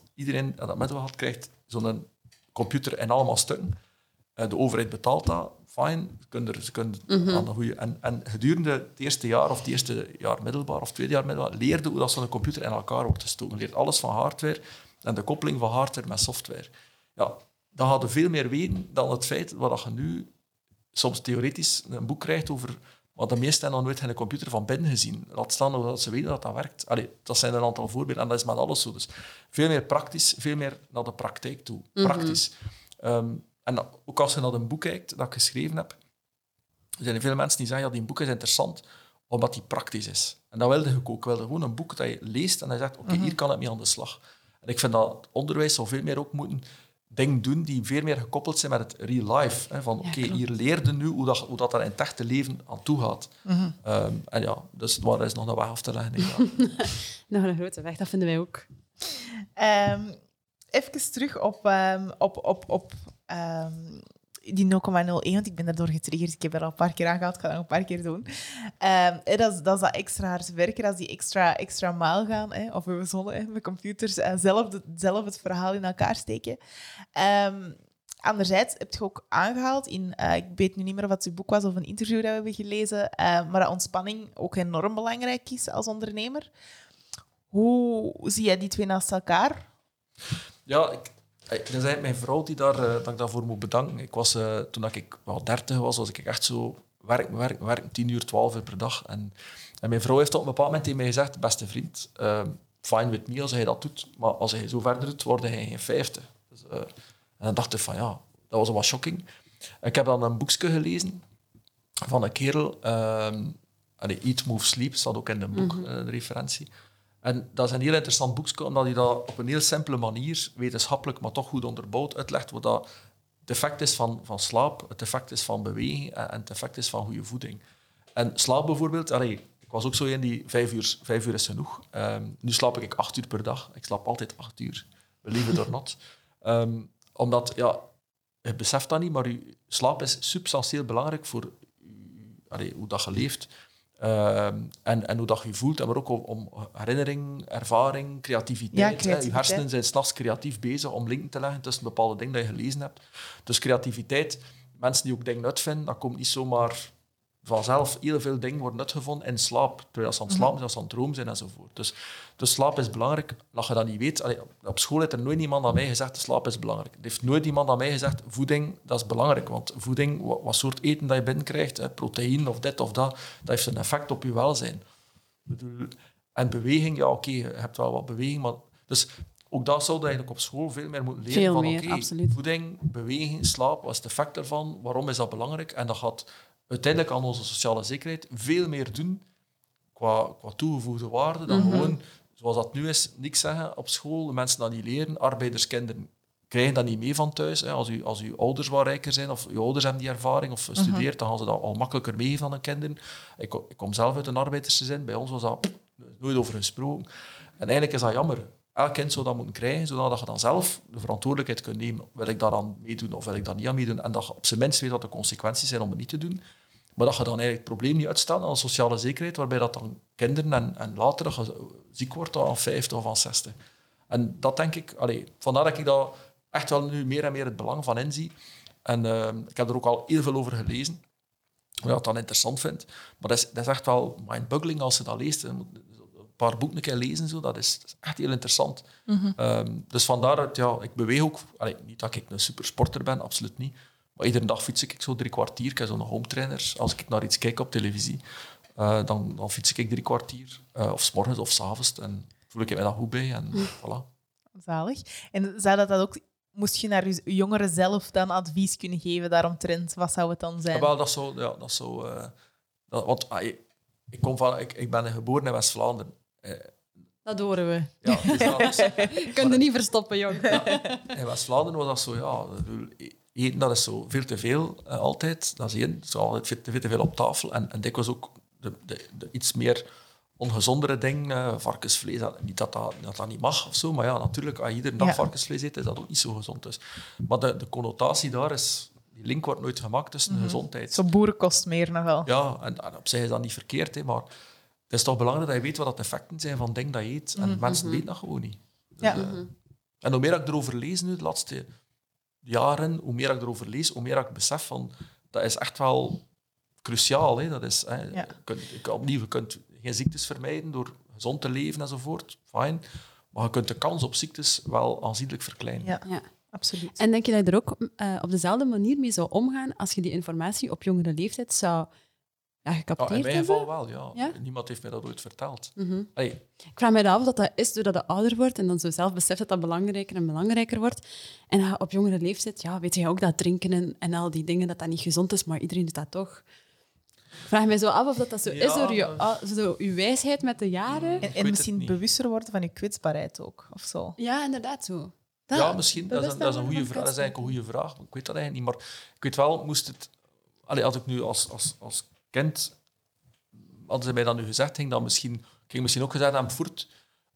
C: krijgt zo'n computer in allemaal stukken. De overheid betaalt dat, fijn. Ze kunnen aan de goede... En gedurende het eerste jaar of het eerste jaar middelbaar of het tweede jaar middelbaar leerde hoe dat zo'n computer in elkaar wordt gestoken. Je leert alles van hardware en de koppeling van hardware met software. Ja, dan gaat je veel meer weten dan het feit wat je nu soms theoretisch een boek krijgt over... Maar de meesten hebben nog nooit geen computer van binnen gezien. Laat staan dat ze weten dat dat werkt. Dat zijn een aantal voorbeelden. En dat is met alles zo. Dus veel meer praktisch, veel meer naar de praktijk toe. Praktisch. En ook als je naar een boek kijkt dat ik geschreven heb, er zijn veel mensen die zeggen, ja, die boek is interessant omdat die praktisch is. En dat wilde ik ook. Ik wilde gewoon een boek dat je leest en je zegt, oké, hier kan ik mee aan de slag. En ik vind dat het onderwijs zou veel meer ook moeten dingen doen die veel meer gekoppeld zijn met het real life. Hè, van oké, hier leerde nu hoe dat er in het echte leven aan toe gaat. En ja, dus waar is nog een weg af te leggen.
A: Nog een grote weg, dat vinden wij ook.
B: Even terug op die 0,01, want ik ben daardoor getriggerd. Ik heb er al een paar keer aangehaald, ik ga dat nog een paar keer doen. Dat is dat extra hard werken, als die extra mile gaan, of we zullen met computers zelf het verhaal in elkaar steken. Anderzijds heb je ook aangehaald ik weet nu niet meer of het uw boek was of een interview dat we hebben gelezen, maar dat ontspanning ook enorm belangrijk is als ondernemer. Hoe zie jij die twee naast elkaar?
C: Ja, dat is eigenlijk mijn vrouw dat ik daarvoor moet bedanken. Ik was, toen ik wel 30 was ik echt zo werken, 10 uur, 12 uur per dag. En mijn vrouw heeft op een bepaald moment tegen mij gezegd, beste vriend, fine with me als hij dat doet, maar als hij zo verder doet, word hij geen 50. Dus, en dan dacht ik van ja, dat was wat shocking. Ik heb dan een boekje gelezen van een kerel, Eat, Move, Sleep, staat ook in het boek, de referentie. En dat is een heel interessant boekje, omdat hij dat op een heel simpele manier, wetenschappelijk, maar toch goed onderbouwd, uitlegt wat dat het effect is van slaap, het effect is van beweging en het effect is van goede voeding. En slaap bijvoorbeeld, ik was ook zo in die 5 uur is genoeg. Nu slaap ik 8 uur per dag. Ik slaap altijd 8 uur, believe it or not. Omdat, je beseft dat niet, maar je slaap is substantieel belangrijk voor hoe dat je leeft. En hoe dat je voelt, maar ook om herinnering, ervaring, creativiteit. Je hersenen zijn 's nachts creatief bezig om linken te leggen tussen bepaalde dingen die je gelezen hebt. Dus creativiteit, mensen die ook dingen uitvinden, dat komt niet zomaar vanzelf. Heel veel dingen worden uitgevonden in slaap, terwijl ze aan het slapen zijn, als ze aan het dromen zijn enzovoort. Dus slaap is belangrijk. Als je dat niet weet, op school heeft er nooit iemand aan mij gezegd, slaap is belangrijk. Er heeft nooit iemand aan mij gezegd, voeding, dat is belangrijk. Want voeding, wat soort eten dat je binnenkrijgt, proteïne of dit of dat heeft een effect op je welzijn. En beweging, je hebt wel wat beweging, maar... Dus ook dat zou je eigenlijk op school veel meer moeten leren.
A: Veel meer,
C: voeding, beweging, slaap, wat is het effect ervan? Waarom is dat belangrijk? En dat gaat uiteindelijk aan onze sociale zekerheid veel meer doen qua toegevoegde waarde dan gewoon, zoals dat nu is, niks zeggen op school, de mensen dat niet leren, arbeiderskinderen krijgen dat niet mee van thuis. Als uw ouders wat rijker zijn of uw ouders hebben die ervaring of studeert, dan gaan ze dat al makkelijker meegeven van hun kinderen. Ik kom zelf uit een arbeidersgezin, bij ons was dat nooit over gesproken. En eigenlijk is dat jammer. Elk kind zou dat moeten krijgen, zodat je dan zelf de verantwoordelijkheid kunt nemen. Wil ik daar aan meedoen of wil ik daar niet aan meedoen? En dat je op zijn minst weet wat de consequenties zijn om het niet te doen. Maar dat je dan eigenlijk het probleem niet uitstelt aan de sociale zekerheid, waarbij dat dan kinderen en later dat je ziek wordt aan 50 of aan 60. En dat denk ik... vandaar dat ik daar echt wel nu meer en meer het belang van inzie. En ik heb er ook al heel veel over gelezen, wat ik dan interessant vind. Maar dat is echt wel mind-boggling als je dat leest. Je moet een paar boeken een keer lezen, zo. Dat is echt heel interessant. Dus vandaar dat ik beweeg ook... niet dat ik een supersporter ben, absoluut niet. Maar iedere dag fiets ik zo 3 kwartier. Ik heb zo'n home trainer. Als ik naar iets kijk op televisie, dan fiets ik 3 kwartier. Of 's morgens of 's avonds. En voel ik me daar goed bij. En voilà.
B: Zalig. En zou dat ook... Moest je naar je jongeren zelf dan advies kunnen geven daaromtrent? Wat zou het dan zijn?
C: Wel, want ik ben geboren in West-Vlaanderen.
A: Dat horen we.
C: Ja, dus
A: Je kunt het niet verstoppen, jong.
C: In West-Vlaanderen was dat zo, eten dat is zo veel te veel, altijd. Dat is één. Zo altijd veel te veel op tafel. En dikwijls ook de iets meer ongezondere dingen, varkensvlees. Niet dat niet mag of zo, maar ja, natuurlijk, als je iedere dag varkensvlees eet, is dat ook niet zo gezond. Dus. Maar de connotatie daar is... Die link wordt nooit gemaakt tussen gezondheid.
B: Zo boerenkost meer nog wel.
C: Ja, en op zich is dat niet verkeerd, maar het is toch belangrijk dat je weet wat de effecten zijn van dingen dat je eet. En mensen weten dat gewoon niet. Dus, en hoe meer ik erover lees nu, de laatste jaren, hoe meer ik erover lees, hoe meer ik besef van... Dat is echt wel cruciaal. Hè. Dat is, je kunt geen ziektes vermijden door gezond te leven enzovoort. Fijn. Maar je kunt de kans op ziektes wel aanzienlijk verkleinen.
B: Ja. Absoluut.
A: En denk je dat je er ook op dezelfde manier mee zou omgaan als je die informatie op jongere leeftijd zou gecapteerd hebben?
C: In mijn geval wel, ja. Niemand heeft mij dat ooit verteld.
A: Ik vraag me af of dat is doordat je ouder wordt en dan zo zelf beseft dat dat belangrijker en belangrijker wordt. En op jongere leeftijd weet je ook dat drinken en al die dingen, dat dat niet gezond is, maar iedereen doet dat toch. Ik vraag me zo af of dat zo is door je wijsheid met de jaren.
B: En misschien bewuster worden van je kwetsbaarheid ook, of zo.
A: Ja, inderdaad zo.
C: Misschien. Dat is een goede vraag. Dat is eigenlijk een goede vraag. Ik weet dat eigenlijk niet. Maar ik weet wel, moest het... als ik nu als kind... Hadden ze mij dan nu gezegd, ging misschien ook gezegd hebben, voert,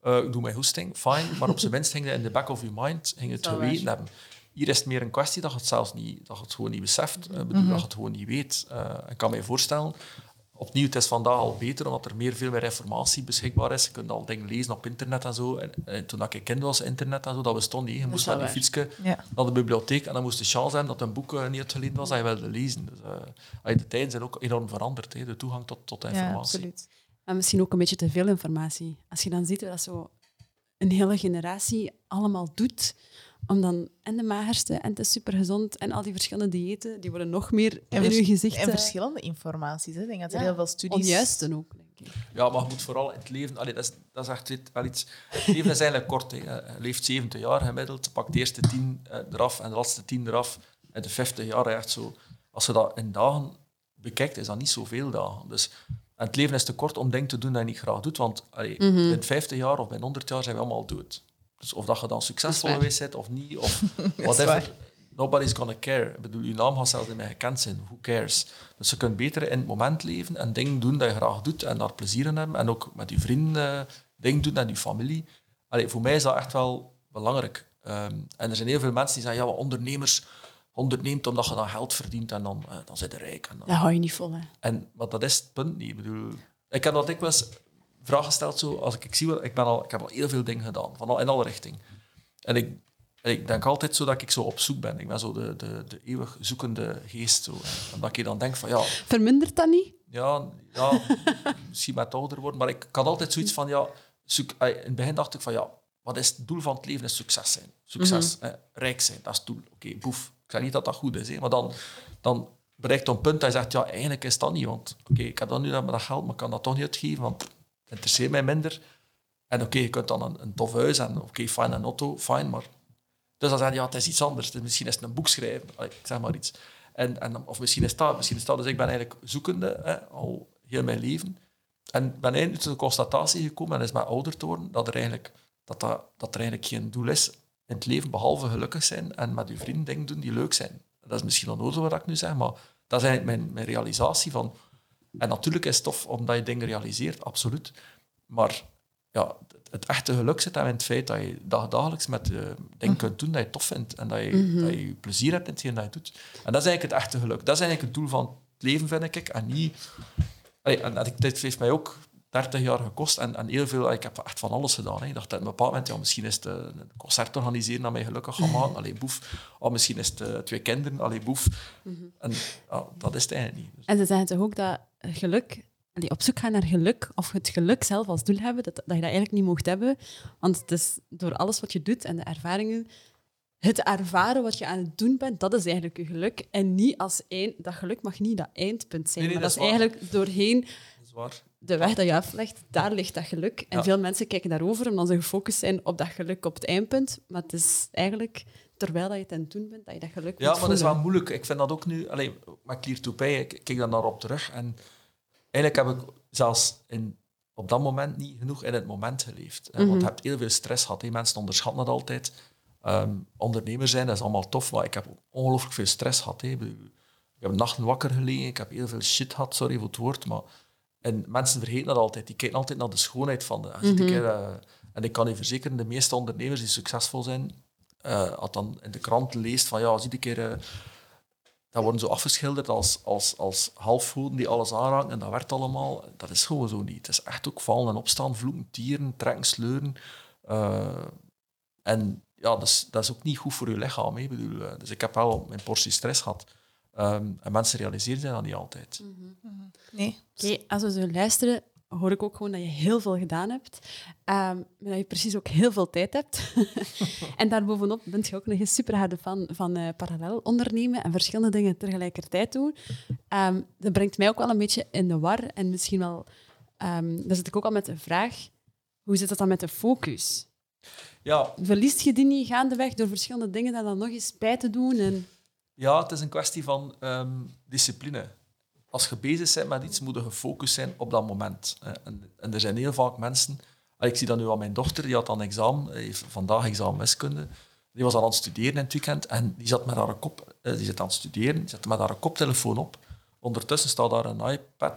C: ik doe mijn hoesting, fine, maar op zijn minst ging je in de back of your mind het geweten hebben. Hier is het meer een kwestie dat je het zelfs niet, dat je het gewoon niet beseft, dat je het gewoon niet weet. Ik kan me voorstellen, opnieuw, het is vandaag al beter, omdat er veel meer informatie beschikbaar is. Je kunt al dingen lezen op internet en zo. En toen ik kind was, internet en zo, dat bestond niet. Je moest met je fietsje naar de bibliotheek en dan moest de chance hebben dat een boek niet uitgeleend was dat je wilde lezen. Dus, de tijden zijn ook enorm veranderd, de toegang tot informatie.
B: Ja, absoluut.
A: En misschien ook een beetje te veel informatie. Als je dan ziet dat zo een hele generatie allemaal doet, om dan en de magerste en de supergezond en al die verschillende diëten, die worden nog meer in je gezicht.
B: En verschillende informaties. Hè. Ik denk dat er heel veel studies...
A: Onjuiste ook, denk ik.
C: Ja, maar je moet vooral in het leven... dat is echt wel iets... Het leven is eigenlijk kort. Hè. Je leeft 70 jaar gemiddeld, pakt de eerste 10 eraf en de laatste 10 eraf. En de 50 jaar echt zo... Als je dat in dagen bekijkt, is dat niet zoveel dagen. Dus, en het leven is te kort om dingen te doen dat je niet graag doet, want in 50 jaar of binnen 100 jaar zijn we allemaal dood. Dus of dat je dan succesvol geweest bent of niet, of whatever, nobody's gonna care. Ik bedoel, je naam gaat zelfs niet meer gekend zijn. Who cares? Dus je kunt beter in het moment leven en dingen doen dat je graag doet en daar plezier in hebben. En ook met je vrienden dingen doen en je familie. Voor mij is dat echt wel belangrijk. En er zijn heel veel mensen die zeggen, ja, ondernemers onderneemt omdat je dan geld verdient en dan zit je rijk. En dan...
A: Dat hou je niet vol, hè.
C: Maar dat is het punt niet. Ik bedoel, ik heb dat dikwijls vraag gesteld, zo, als ik zie, ik heb al heel veel dingen gedaan, in alle richtingen. En ik denk altijd zo dat ik zo op zoek ben. Ik ben zo de eeuwig zoekende geest. Zo. En dat ik dan denk van, ja...
A: Vermindert dat niet?
C: Ja, misschien met ouder worden, maar ik had altijd zoiets van, ja... in het begin dacht ik van, ja, wat is het doel van het leven? Is succes zijn. Succes, rijk zijn, dat is het doel. Oké, boef. Ik zeg niet dat dat goed is, hè, maar dan bereikt je een punt dat je zegt, ja, eigenlijk is dat niet, want ik heb dan nu dat geld, maar ik kan dat toch niet uitgeven, want het interesseert mij minder. En je kunt dan een tof huis en fijn, een auto, fijn, maar... Dus dan zeg je, ja, het is iets anders. Dus misschien is het een boek schrijven, ik zeg maar iets. Of misschien is dat. Dus ik ben eigenlijk zoekende, al heel mijn leven. En ben eigenlijk tot de constatatie gekomen, en is met ouder te worden, dat er eigenlijk geen doel is in het leven, behalve gelukkig zijn en met je vrienden dingen doen die leuk zijn. Dat is misschien onnozel wat ik nu zeg, maar dat is eigenlijk mijn realisatie van... En natuurlijk is het tof omdat je dingen realiseert, absoluut. Maar ja, het echte geluk zit in het feit dat je dagelijks met dingen kunt doen dat je tof vindt en dat je plezier hebt in hetgeen dat je doet. En dat is eigenlijk het echte geluk. Dat is eigenlijk het doel van het leven, vind ik. En niet... Dit heeft mij ook 30 jaar gekost en heel veel... Ik heb echt van alles gedaan. Hè. Ik dacht op een bepaald moment, ja, misschien is het een concert organiseren dat mij gelukkig gaat maken. Allee, boef. Of misschien is het 2 kinderen. Allee, boef. En dat is het eigenlijk niet. Dus.
A: En ze zeggen toch ook dat geluk... op zoek gaan naar geluk, of het geluk zelf als doel hebben, dat je dat eigenlijk niet mocht hebben. Want het is door alles wat je doet en de ervaringen... Het ervaren wat je aan het doen bent, dat is eigenlijk je geluk. En niet als dat geluk mag niet dat eindpunt zijn.
C: Nee,
A: maar dat is
C: waar.
A: eigenlijk doorheen
C: Waar.
A: de weg dat je aflegt, daar ligt dat geluk. En veel mensen kijken daarover omdat ze gefocust zijn op dat geluk op het eindpunt. Maar het is eigenlijk, terwijl je het aan het doen bent, dat je dat geluk
C: Ja,
A: moet
C: maar dat is
A: voelen.
C: wel moeilijk. Ik vind dat ook nu... Met Clear to Pay, ik kijk daar naar op terug. En eigenlijk heb ik zelfs op dat moment niet genoeg in het moment geleefd. Want je hebt heel veel stress gehad. Hè. Mensen onderschatten dat altijd. Ondernemer zijn, dat is allemaal tof, maar ik heb ongelooflijk veel stress gehad. Hè. Ik heb nachten wakker gelegen, ik heb heel veel shit gehad, sorry voor het woord, maar... En mensen vergeten dat altijd. Die kijken altijd naar de schoonheid van de... En ik kan je verzekeren, de meeste ondernemers die succesvol zijn, als dan in de krant leest van, ja, zie een keer... dat worden zo afgeschilderd als halfgoden die alles aanraken en dat werkt allemaal. Dat is gewoon zo niet. Het is echt ook vallen en opstaan, vloeken, tieren, trekken, sleuren. En ja, dat is ook niet goed voor je lichaam. Hè. Dus ik heb wel mijn portie stress gehad. En mensen realiseren dat niet altijd.
B: Nee.
A: Oké, als we zo luisteren, hoor ik ook gewoon dat je heel veel gedaan hebt. Maar dat je precies ook heel veel tijd hebt. En daarbovenop ben je ook nog een superharde fan van parallel ondernemen en verschillende dingen tegelijkertijd doen. Dat brengt mij ook wel een beetje in de war. En misschien wel... dan zit ik ook al met de vraag, hoe zit het dan met de focus?
C: Ja.
A: Verliest je die niet gaandeweg door verschillende dingen daar dan nog eens bij te doen? En...
C: Ja, het is een kwestie van discipline. Als je bezig bent met iets, moet je gefocust zijn op dat moment. En er zijn heel vaak mensen... Ik zie dat nu aan mijn dochter, die had dan examen, heeft vandaag examen wiskunde. Die was al aan het studeren in het weekend en die zat met haar die zit aan het studeren, die zat met haar koptelefoon op. Ondertussen staat daar een iPad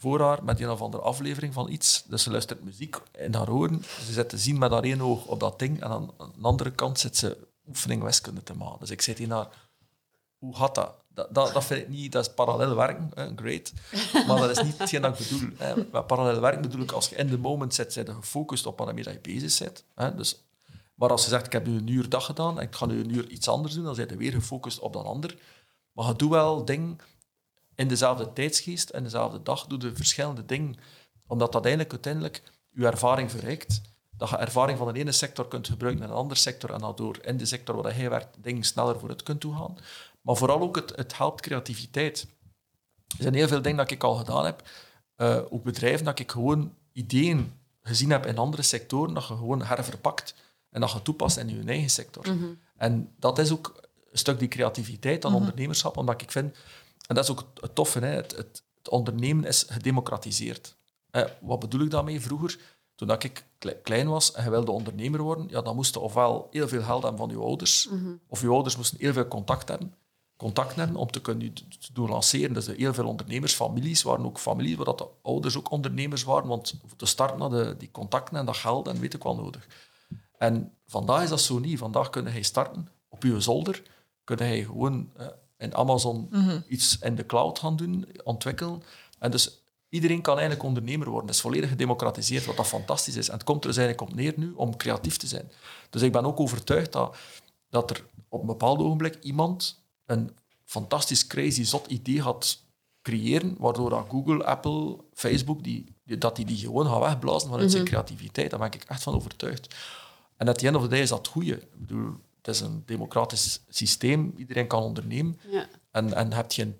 C: voor haar met een of andere aflevering van iets. Dus ze luistert muziek in haar oren. Ze zit te zien met haar één oog op dat ding. En aan de andere kant zit ze oefening wiskunde te maken. Dus ik zit hier naar... Hoe gaat dat? Dat vind ik niet... Dat is parallel werken. Great. Maar dat is niet hetgeen dat ik bedoel. Met parallel werken bedoel ik, als je in de moment zit, zijn je gefocust op waarmee je bezig bent. Dus, maar als je zegt, ik heb nu een uur dag gedaan en ik ga nu een uur iets anders doen, dan zijn je weer gefocust op dat ander. Maar je doet wel dingen in dezelfde tijdsgeest, in dezelfde dag, doe je verschillende dingen. Omdat dat uiteindelijk je ervaring verrijkt. Dat je ervaring van de ene sector kunt gebruiken in een andere sector en daardoor in de sector waar jij werkt dingen sneller vooruit kunt toegaan. Maar vooral ook het helpt creativiteit. Er zijn heel veel dingen dat ik al gedaan heb. Ook bedrijven dat ik gewoon ideeën gezien heb in andere sectoren, dat je gewoon herverpakt en dat je toepast in je eigen sector. Mm-hmm. En dat is ook een stuk die creativiteit aan ondernemerschap, omdat ik vind... En dat is ook het toffe, hè. Het ondernemen is gedemocratiseerd. Wat bedoel ik daarmee? Vroeger, toen ik klein was en je wilde ondernemer worden, ja, dan moest je ofwel heel veel geld hebben van je ouders, of je ouders moesten heel veel contact hebben om te kunnen doen lanceren. Dus heel veel ondernemersfamilies waren ook families waar de ouders ook ondernemers waren, want voor te starten hadden die contacten en dat geld en weet ik wel nodig. En vandaag is dat zo niet. Vandaag kun je starten op je zolder, kun je gewoon in Amazon iets in de cloud gaan doen, ontwikkelen. En dus iedereen kan eigenlijk ondernemer worden. Dat is volledig gedemocratiseerd, wat dat fantastisch is. En het komt er dus eigenlijk op neer nu om creatief te zijn. Dus ik ben ook overtuigd dat er op een bepaald ogenblik iemand een fantastisch, crazy, zot idee gaat creëren, waardoor dat Google, Apple, Facebook, die gewoon gaan wegblazen vanuit zijn creativiteit. Daar ben ik echt van overtuigd. En at the end of the day is dat het goeie. Ik bedoel, het is een democratisch systeem. Iedereen kan ondernemen. Ja. En hebt geen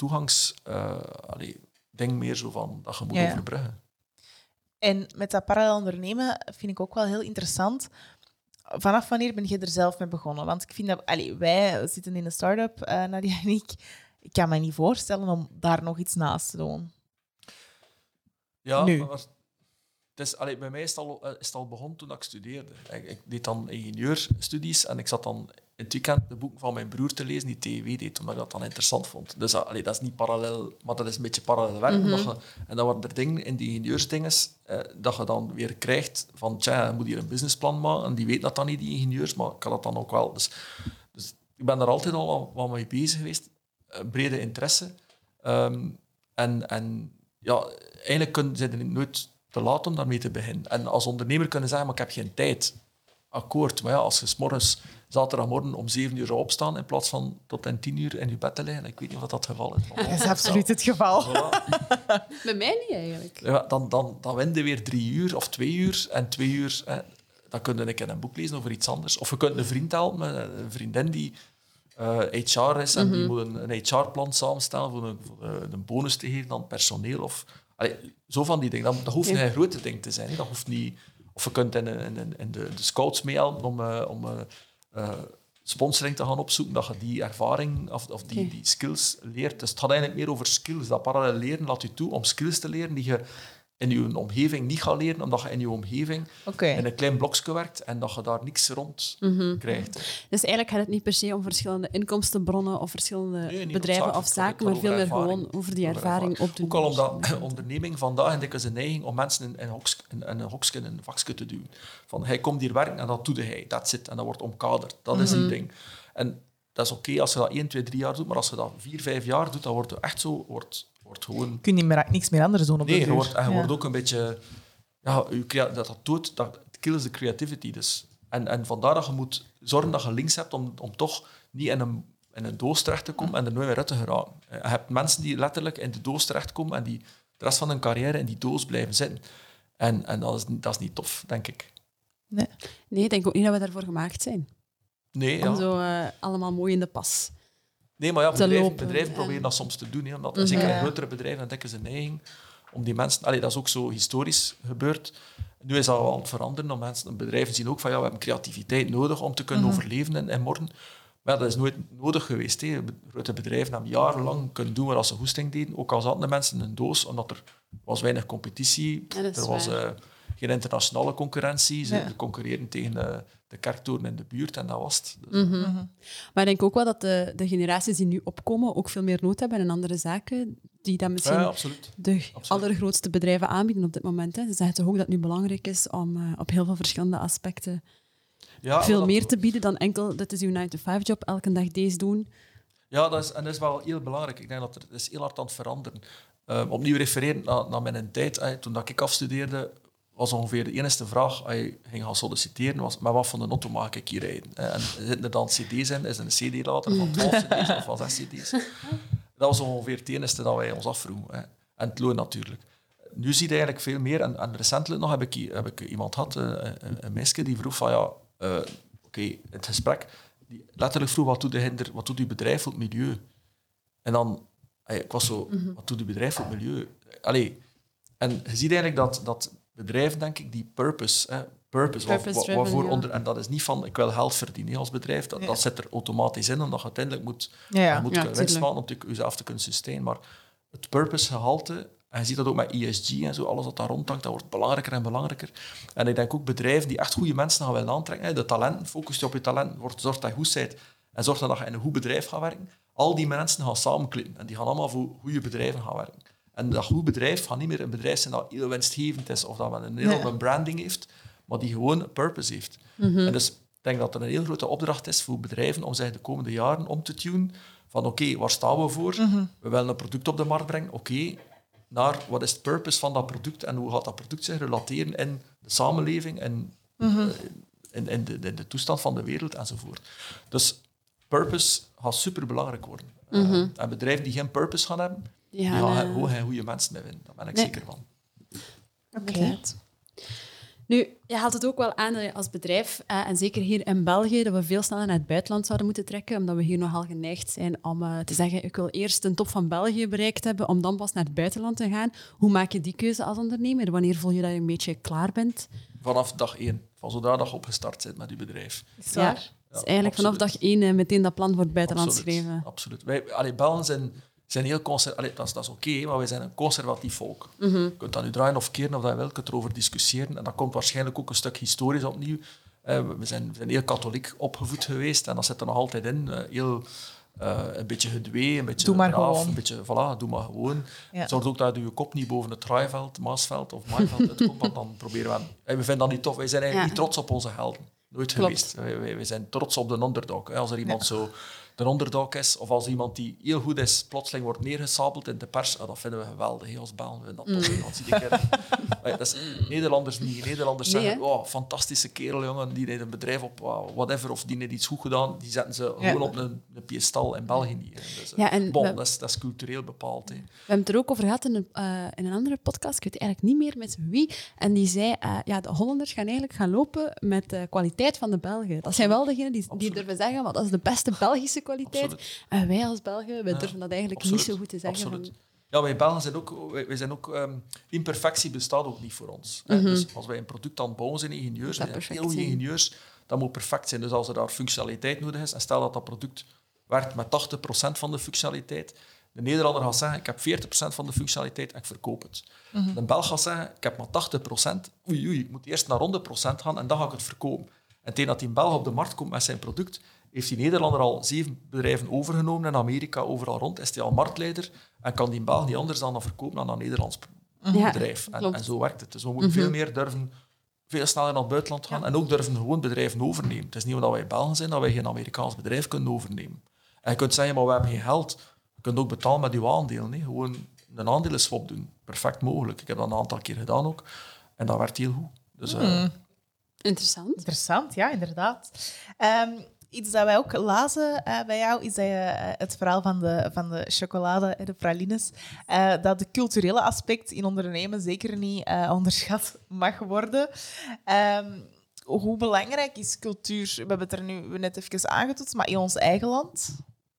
C: ding meer zo van dat je moet overbruggen.
B: En met dat parallel ondernemen vind ik ook wel heel interessant. Vanaf wanneer ben je er zelf mee begonnen? Want ik vind dat... wij zitten in een start-up, Nadia en ik. Ik kan me niet voorstellen om daar nog iets naast te doen.
C: Ja, nu. Maar bij mij is het al begonnen toen ik studeerde. Ik deed dan ingenieurstudies en ik zat dan in het weekend de boeken van mijn broer te lezen die TEW deed, omdat ik dat dan interessant vond. Dus dat is niet parallel, maar dat is een beetje parallel werken. En dan waren er dingen in die ingenieursdinges dat je dan weer krijgt van, je moet hier een businessplan maken. En die weten dat dan niet, die ingenieurs, maar ik kan dat dan ook wel. Dus ik ben daar altijd al wat mee bezig geweest. Brede interesse. En eigenlijk zijn er nooit te laat om daarmee te beginnen. En als ondernemer kunnen zeggen, maar ik heb geen tijd. Akkoord, maar ja, als je 's morgens zaterdagmorgen om 7 uur zou opstaan in plaats van tot en 10 uur in je bed te liggen, ik weet niet of dat het geval is.
B: Dat is absoluut het geval.
A: Voilà. Bij mij niet eigenlijk.
C: Ja, dan win je weer 3 uur of 2 uur. En 2 uur, dan kun je een boek lezen over iets anders. Of je kunt een vriend helpen, een vriendin die HR is en die moet een HR-plan samenstellen voor een bonus te geven aan het personeel. Zo van die dingen. Dat hoeft geen grote ding te zijn. Hè. Dat hoeft niet... Of je kunt in de scouts meehelpen om sponsoring te gaan opzoeken, dat je die ervaring of die skills leert. Dus het gaat eigenlijk meer over skills. Dat parallel leren laat je toe om skills te leren die je in je omgeving niet gaat leren, omdat je in je omgeving in een klein blokje werkt en dat je daar niks rond krijgt.
A: Dus eigenlijk gaat het niet per se om verschillende inkomstenbronnen of verschillende bedrijven of zaken, maar veel meer gewoon over die ervaring opdoen.
C: Ook al omdat onderneming vandaag dikwijls een neiging om mensen in een hokje, in een vakje te duwen. Van, hij komt hier werken en dat doet hij. That's it. En dat wordt omkaderd. Dat is het ding. En dat is oké als je dat 1, 2, 3 jaar doet, maar als je dat 4, 5 jaar doet, dan wordt het echt zo... Gewoon...
B: Kun je niks meer anders doen op de duur.
C: Je wordt ook een beetje... Ja, dat doet, dat kills the creativity. Dus. En vandaar dat je moet zorgen dat je links hebt om toch niet in een doos terecht te komen en er nooit meer uit te geraken. Je hebt mensen die letterlijk in de doos terechtkomen en die de rest van hun carrière in die doos blijven zitten. En dat is niet tof, denk ik.
A: Nee, ik denk ook niet dat we daarvoor gemaakt zijn.
C: Nee,
A: om zo allemaal mooi in de pas...
C: Nee, maar ja, bedrijven proberen dat soms te doen. Hè, omdat, zeker in grotere bedrijven ontdekken ze een neiging om die mensen... dat is ook zo historisch gebeurd. Nu is dat wel aan het veranderen. Bedrijven zien ook van, we hebben creativiteit nodig om te kunnen overleven in morgen. Maar dat is nooit nodig geweest. Hè. Grote bedrijven hebben jarenlang kunnen doen wat ze goesting deden. Ook al zaten de mensen in een doos, omdat er was weinig competitie. Er was geen internationale concurrentie. Ze concurreerden tegen de kerktoren in de buurt en dat was het. Dus,
A: Maar ik denk ook wel dat de generaties die nu opkomen ook veel meer nood hebben in andere zaken. die dat misschien de allergrootste bedrijven aanbieden op dit moment. Hè. Ze zeggen toch ook dat het nu belangrijk is om op heel veel verschillende aspecten veel meer te bieden dan enkel, dit is uw 9-to-5-job, elke dag deze doen.
C: Ja, dat is wel heel belangrijk. Ik denk dat het is heel hard aan het veranderen. Opnieuw refereren naar mijn tijd, toen ik afstudeerde, was ongeveer de enige vraag als je ging gaan solliciteren, was met wat voor een auto mag ik hier rijden? En zitten er dan cd's in? Is het een cd-lader van 12 cd's of van 6 cd's? Dat was ongeveer het enige dat wij ons afvroegen. En het loon natuurlijk. Nu zie je eigenlijk veel meer. En recentelijk nog heb ik iemand gehad, een meisje, die vroeg van het gesprek, die letterlijk vroeg, wat doet uw bedrijf voor het milieu? En dan, ik was zo, wat doet uw bedrijf voor het milieu? En je ziet eigenlijk dat bedrijven, denk ik, die purpose waarvoor onder, en dat is niet van, ik wil geld verdienen als bedrijf, dat zit er automatisch in, omdat je uiteindelijk moet winst maken om jezelf te kunnen sustainen. Maar het purpose-gehalte, en je ziet dat ook met ESG en zo, alles wat daar rondhangt, dat wordt belangrijker en belangrijker. En ik denk ook bedrijven die echt goede mensen gaan willen aantrekken, de talenten, focus je op je talent, zorg dat je goed bent en zorg dat je in een goed bedrijf gaat werken. Al die mensen gaan samenklikken en die gaan allemaal voor goede bedrijven gaan werken. En dat goed bedrijf gaat niet meer een bedrijf zijn dat heel winstgevend is of dat wel een enorme branding heeft, maar die gewoon een purpose heeft. En dus ik denk dat er een heel grote opdracht is voor bedrijven om zich de komende jaren om te tunen van oké, waar staan we voor? We willen een product op de markt brengen. Oké, naar wat is het purpose van dat product en hoe gaat dat product zich relateren in de samenleving en in de toestand van de wereld enzovoort. Dus purpose gaat superbelangrijk worden. En bedrijven die geen purpose gaan hebben, die gaan gewoon geen goede mensen mee winnen. Daar ben ik zeker van.
A: Oké. Nu, je haalt het ook wel aan dat je als bedrijf, en zeker hier in België, dat we veel sneller naar het buitenland zouden moeten trekken, omdat we hier nogal geneigd zijn om te zeggen, ik wil eerst de top van België bereikt hebben, om dan pas naar het buitenland te gaan. Hoe maak je die keuze als ondernemer? Wanneer voel je dat je een beetje klaar bent?
C: Vanaf dag 1, van zodra je opgestart bent met je bedrijf.
A: Is waar? Dus eigenlijk vanaf dag 1 meteen dat plan voor het buitenland schrijven.
C: Absoluut. Wij Belgen zijn heel conservatief. Dat is oké, maar wij zijn een conservatief volk. Je kunt dat nu draaien of keren of dat je wil, je kunt erover discussiëren. En dat komt waarschijnlijk ook een stuk historisch opnieuw. We zijn heel katholiek opgevoed geweest en dat zit er nog altijd in. Een beetje gedwee, een beetje
B: doe maar
C: braaf,
B: gewoon.
C: een beetje, doe maar gewoon. Zorg ook dat je kop niet boven het Traaiveld, Maasveld of Maaiveld uitkomt, want dan proberen we... We vinden dat niet tof. Wij zijn eigenlijk niet trots op onze helden. Nooit geweest. Wij zijn trots op de underdog. Als er iemand zo de underdog is, of als iemand die heel goed is, plotseling wordt neergesabeld in de pers, dat vinden we geweldig. Als Belgen vinden dat tof. Dat zie ik dat is Nederlanders niet. Nederlanders zeggen, fantastische kerel, jongen, die deed een bedrijf op, whatever, of die heeft iets goed gedaan, die zetten ze gewoon op een piedestal in België niet. Dus, dat is cultureel bepaald. We
A: hebben het er ook over gehad in een andere podcast, ik weet eigenlijk niet meer met wie, en die zei, de Hollanders gaan eigenlijk gaan lopen met de kwaliteit van de Belgen. Dat zijn wel degenen die durven zeggen, want dat is de beste Belgische kwaliteit. Absoluut. En wij als Belgen, wij durven dat eigenlijk niet zo goed te zeggen.
C: Absoluut. Ja, wij Belgen zijn ook... imperfectie bestaat ook niet voor ons. Dus als wij een product aan het bouwen zijn, ingenieurs, wij zijn heel goede ingenieurs, dat moet perfect zijn. Dus als er daar functionaliteit nodig is, en stel dat product werkt met 80% van de functionaliteit, de Nederlander gaat zeggen, ik heb 40% van de functionaliteit en ik verkoop het. De Belg gaat zeggen, ik heb maar 80%, ik moet eerst naar 100% gaan en dan ga ik het verkopen. En tegen dat die Belg op de markt komt met zijn product, heeft die Nederlander al 7 bedrijven overgenomen in Amerika, overal rond, is hij al marktleider en kan die Belg niet anders dan verkopen aan een Nederlands bedrijf. En zo werkt het. Dus we moeten veel meer durven, veel sneller naar het buitenland gaan en ook durven gewoon bedrijven overnemen. Het is niet omdat wij Belgen zijn dat wij geen Amerikaans bedrijf kunnen overnemen. En je kunt zeggen, maar we hebben geen geld. Je kunt ook betalen met je aandeel. Nee? Gewoon een aandelenswap doen. Perfect mogelijk. Ik heb dat een aantal keer gedaan ook. En dat werkt heel goed. Dus,
A: Interessant.
B: Interessant, ja, inderdaad. Iets dat wij ook lazen bij jou, is dat je het verhaal van de chocolade en de pralines, dat de culturele aspect in ondernemen zeker niet onderschat mag worden. Hoe belangrijk is cultuur? We hebben het er nu net even aangetoetst, maar in ons eigen land?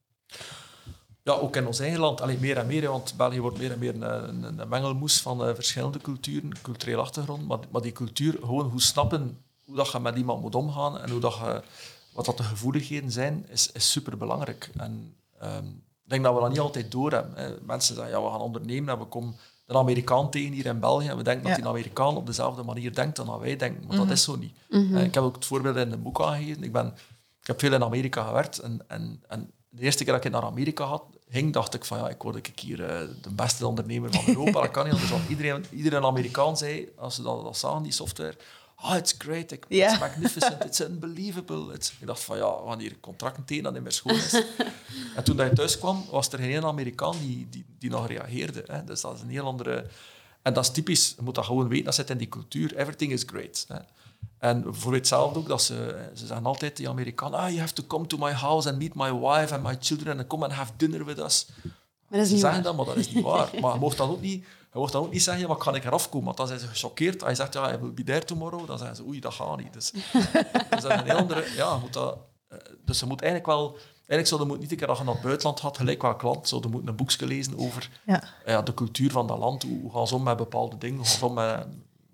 C: Ja, ook in ons eigen land. Meer en meer, want België wordt meer en meer een mengelmoes van verschillende culturen, culturele achtergrond. Maar die cultuur, gewoon hoe snappen hoe dat je met iemand moet omgaan en hoe dat je, wat dat de gevoeligheden zijn, is superbelangrijk. En ik denk dat we dat niet altijd doorhebben. Hè. Mensen zeggen, we gaan ondernemen en we komen een Amerikaan tegen hier in België en we denken dat die Amerikaan op dezelfde manier denkt dan wij denken. Maar dat is zo niet. Ik heb ook het voorbeeld in de boek aangegeven. Ik heb veel in Amerika gewerkt en de eerste keer dat ik naar Amerika ging, dacht ik van ja, ik word hier de beste ondernemer van Europa. Dat kan niet anders, want iedereen Amerikaan zei, als ze dat zagen, die software, it's great, it's magnificent, it's unbelievable. Ik dacht van ja, we gaan hier contracten tegen dat niet meer schoon is. En toen je thuis kwam, was er geen Amerikaan die nog reageerde. Hè. Dus dat is een heel andere... En dat is typisch, je moet dat gewoon weten, dat zit in die cultuur. Everything is great. Hè. En bijvoorbeeld hetzelfde ook, dat ze zeggen altijd, die Amerikanen, you have to come to my house and meet my wife and my children and come and have dinner with us.
A: Maar dat is
C: ze
A: niet
C: zeggen
A: waar.
C: dat, maar dat is niet waar. Maar je mocht dan ook niet zeggen, wat kan ik eraf komen? Want dan zijn ze gechoqueerd. Als je zegt, I will be there tomorrow, dan zeggen ze, oei, dat gaat niet. Dus dat is een heel andere... Ja, dus ze moet eigenlijk wel... Eigenlijk zouden we niet een keer dat je naar het buitenland had, gelijk qua klant, zouden we een boekje lezen over de cultuur van dat land. Hoe gaan ze om met bepaalde dingen? Hoe gaan ze om met...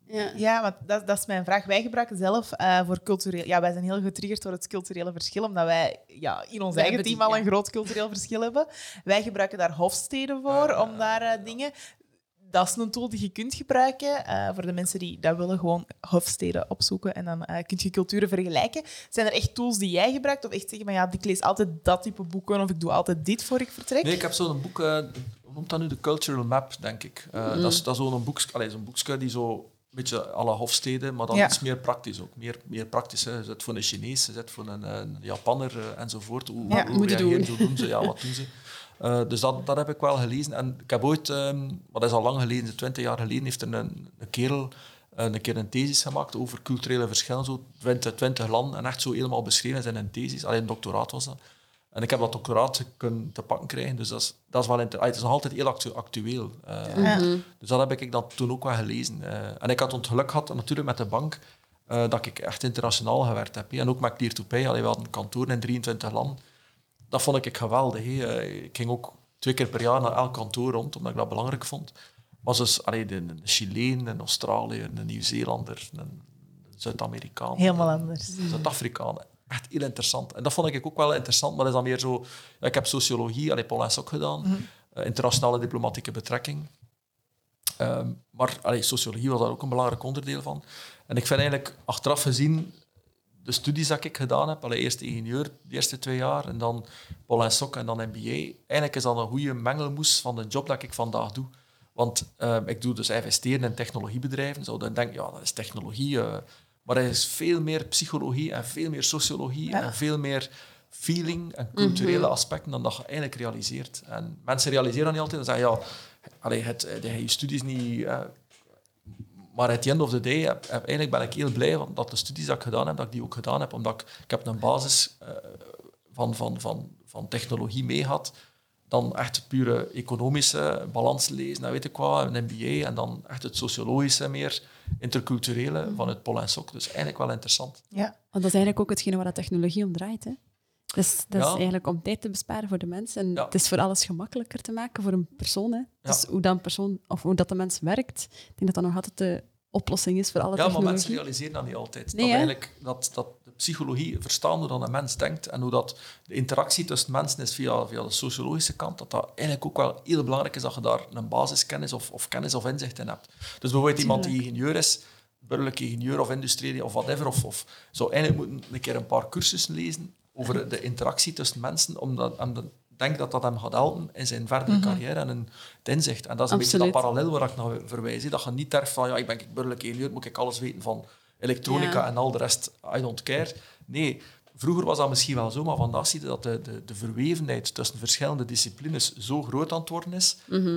B: Ja, want dat is mijn vraag. Wij gebruiken zelf voor cultureel... Ja, wij zijn heel getriggerd door het culturele verschil, omdat wij in ons eigen team al een groot cultureel verschil hebben. Wij gebruiken daar Hofstede voor, om daar dingen... Dat is een tool die je kunt gebruiken. Voor de mensen die dat willen, gewoon Hofstede opzoeken en dan kun je culturen vergelijken. Zijn er echt tools die jij gebruikt? Of echt zeggen, maar ja, ik lees altijd dat type boeken of ik doe altijd dit voor ik vertrek?
C: Nee, ik heb zo'n boek... hoe noemt dat nu? De Cultural Map, denk ik. Dat is zo'n boekje die zo... Een beetje à la Hofstede, maar dan iets meer praktisch ook. Meer praktisch. Hè. Je zet voor een Chinees, je zet voor een Japanner enzovoort. Hoe reageren ze, hoe doen ze, wat doen ze? Dus dat heb ik wel gelezen. En ik heb ooit, wat is al lang geleden, 20 jaar geleden, heeft er een kerel een keer een thesis gemaakt over culturele verschillen, zo 20 landen, en echt zo helemaal beschreven in zijn thesis. Alleen een doctoraat was dat. En ik heb dat doctoraat kunnen te pakken krijgen, dus dat is wel interessant. Het is nog altijd heel actueel. Dus dat heb ik dan toen ook wel gelezen. En ik had het geluk gehad, natuurlijk met de bank, dat ik echt internationaal gewerkt heb. En ook met Clear to Pay. We hadden een kantoor in 23 landen. Dat vond ik geweldig. Ik ging ook 2 keer per jaar naar elk kantoor rond, omdat ik dat belangrijk vond. Maar dus, een Chileen, een Australiër, een Nieuw-Zeelander, een Zuid-Amerikaan.
B: Helemaal anders.
C: Zuid-Afrikaan. Echt heel interessant. En dat vond ik ook wel interessant, maar dat is dan meer zo... Ja, ik heb sociologie, Paul en Sok gedaan, internationale diplomatieke betrekking. Maar sociologie was daar ook een belangrijk onderdeel van. En ik vind eigenlijk, achteraf gezien, de studies dat ik gedaan heb, eerst ingenieur, de eerste 2 jaar, en dan Paul en Sok en dan MBA, eigenlijk is dat een goede mengelmoes van de job dat ik vandaag doe. Want ik doe dus investeren in technologiebedrijven. Zo, dan denk je, ja, dat is technologie... Maar er is veel meer psychologie en veel meer sociologie en veel meer feeling en culturele aspecten dan dat je eigenlijk realiseert. En mensen realiseren dat niet altijd. Dan zeggen je studies niet... maar at the end of the day eigenlijk ben ik heel blij dat de studies dat ik gedaan heb, dat ik die ook gedaan heb. Omdat ik heb een basis van technologie mee had. Dan echt pure economische balans lezen, dat weet ik wel, een MBA. En dan echt het sociologische meer, interculturele van het Paul en Sok. Dus eigenlijk wel interessant.
B: Ja.
A: Want dat is eigenlijk ook hetgene waar de technologie om draait. Hè? Dus dat is eigenlijk om tijd te besparen voor de mensen. En het is voor alles gemakkelijker te maken voor een persoon. Hè? Dus hoe dat een persoon, of hoe dat de mens werkt, ik denk dat dat nog altijd de oplossing is voor alle technologie.
C: Maar mensen realiseren dat niet altijd.
A: Nee,
C: dat de psychologie verstaan hoe dan een mens denkt en hoe dat de interactie tussen mensen is via de sociologische kant, dat eigenlijk ook wel heel belangrijk is dat je daar een basiskennis of kennis of inzicht in hebt. Dus bijvoorbeeld iemand die ingenieur is, burgerlijk ingenieur of industrie of whatever, of zou eigenlijk moeten een keer een paar cursussen lezen over de interactie tussen mensen, omdat ik denk dat hem gaat helpen in zijn verdere carrière en het inzicht. En dat is een beetje dat parallel waar ik naar verwijs. Dat je niet derft van, ik ben burgerlijk ingenieur, moet ik alles weten van elektronica en al de rest, I don't care. Nee, vroeger was dat misschien wel zo, maar vandaag zie je dat de verwevenheid tussen verschillende disciplines zo groot aan het worden is.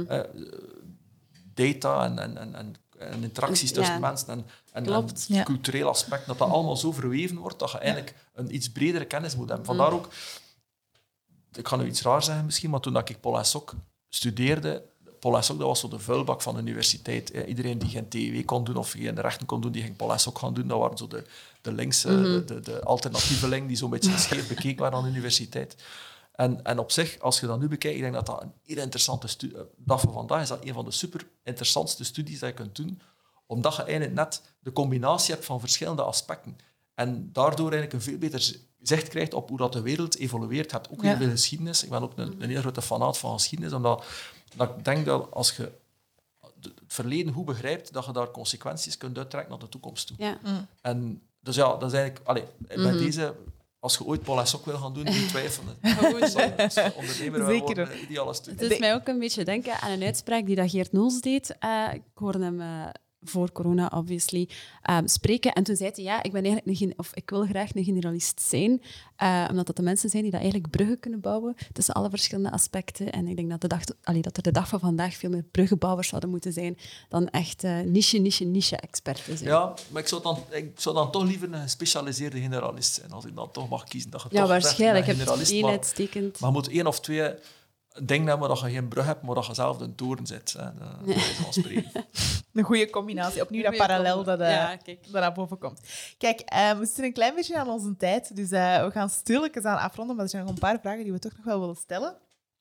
C: Data en interacties tussen mensen en cultureel aspect, dat allemaal zo verweven wordt dat je eigenlijk een iets bredere kennis moet hebben. Vandaar ook, ik ga nu iets raar zeggen misschien, maar toen ik Paul en Sok studeerde, Paul en Sok, dat was zo de vuilbak van de universiteit. Iedereen die geen TEW kon doen of geen rechten kon doen, die ging Paul en Sok gaan doen. Dat waren zo de linkse, de alternatievelingen die zo'n beetje scheef bekeken waren aan de universiteit. En op zich, als je dat nu bekijkt, ik denk dat dat een heel interessante studie... Dat van vandaag is dat een van de super interessantste studies die je kunt doen, omdat je eigenlijk net de combinatie hebt van verschillende aspecten. En daardoor eigenlijk een veel beter zicht krijgt op hoe dat de wereld evolueert. Je hebt ook heel veel geschiedenis. Ik ben ook een heel grote fanaat van geschiedenis, omdat ik denk dat als je het verleden goed begrijpt, dat je daar consequenties kunt uittrekken naar de toekomst toe.
A: Ja.
C: En dus ja, dat is eigenlijk... bij deze als je ooit Paul en Sok wil gaan doen, niet twijfelen. Als ondernemer wil
B: Zeker.
C: worden, ideale studie.
A: Het is mij ook een beetje denken aan een uitspraak die dat Geert Noels deed. Ik hoorde hem voor corona, obviously, spreken. En toen zei hij, ja, ik wil graag een generalist zijn, omdat dat de mensen zijn die dat eigenlijk bruggen kunnen bouwen tussen alle verschillende aspecten. En ik denk dat er de dag van vandaag veel meer bruggenbouwers zouden moeten zijn dan echt niche-experten zijn.
C: Ja, maar ik zou dan toch liever een gespecialiseerde generalist zijn, als ik dan toch mag kiezen. Dat je
A: Ja,
C: toch
A: waarschijnlijk.
C: een
A: Ik heb
C: generalist
A: één
C: mag.
A: uitstekend.
C: Maar je moet 1 of 2 dingen hebben dat je geen brug hebt, maar dat je zelf een toren zit. Hè. Dat is wel spreken.
B: Een goede combinatie. Opnieuw dat
A: Goeie
B: parallel
A: combo.
B: dat naar boven komt. Kijk, we zitten een klein beetje aan onze tijd, dus we gaan stilletjes aan afronden, maar er zijn nog een paar vragen die we toch nog wel willen stellen.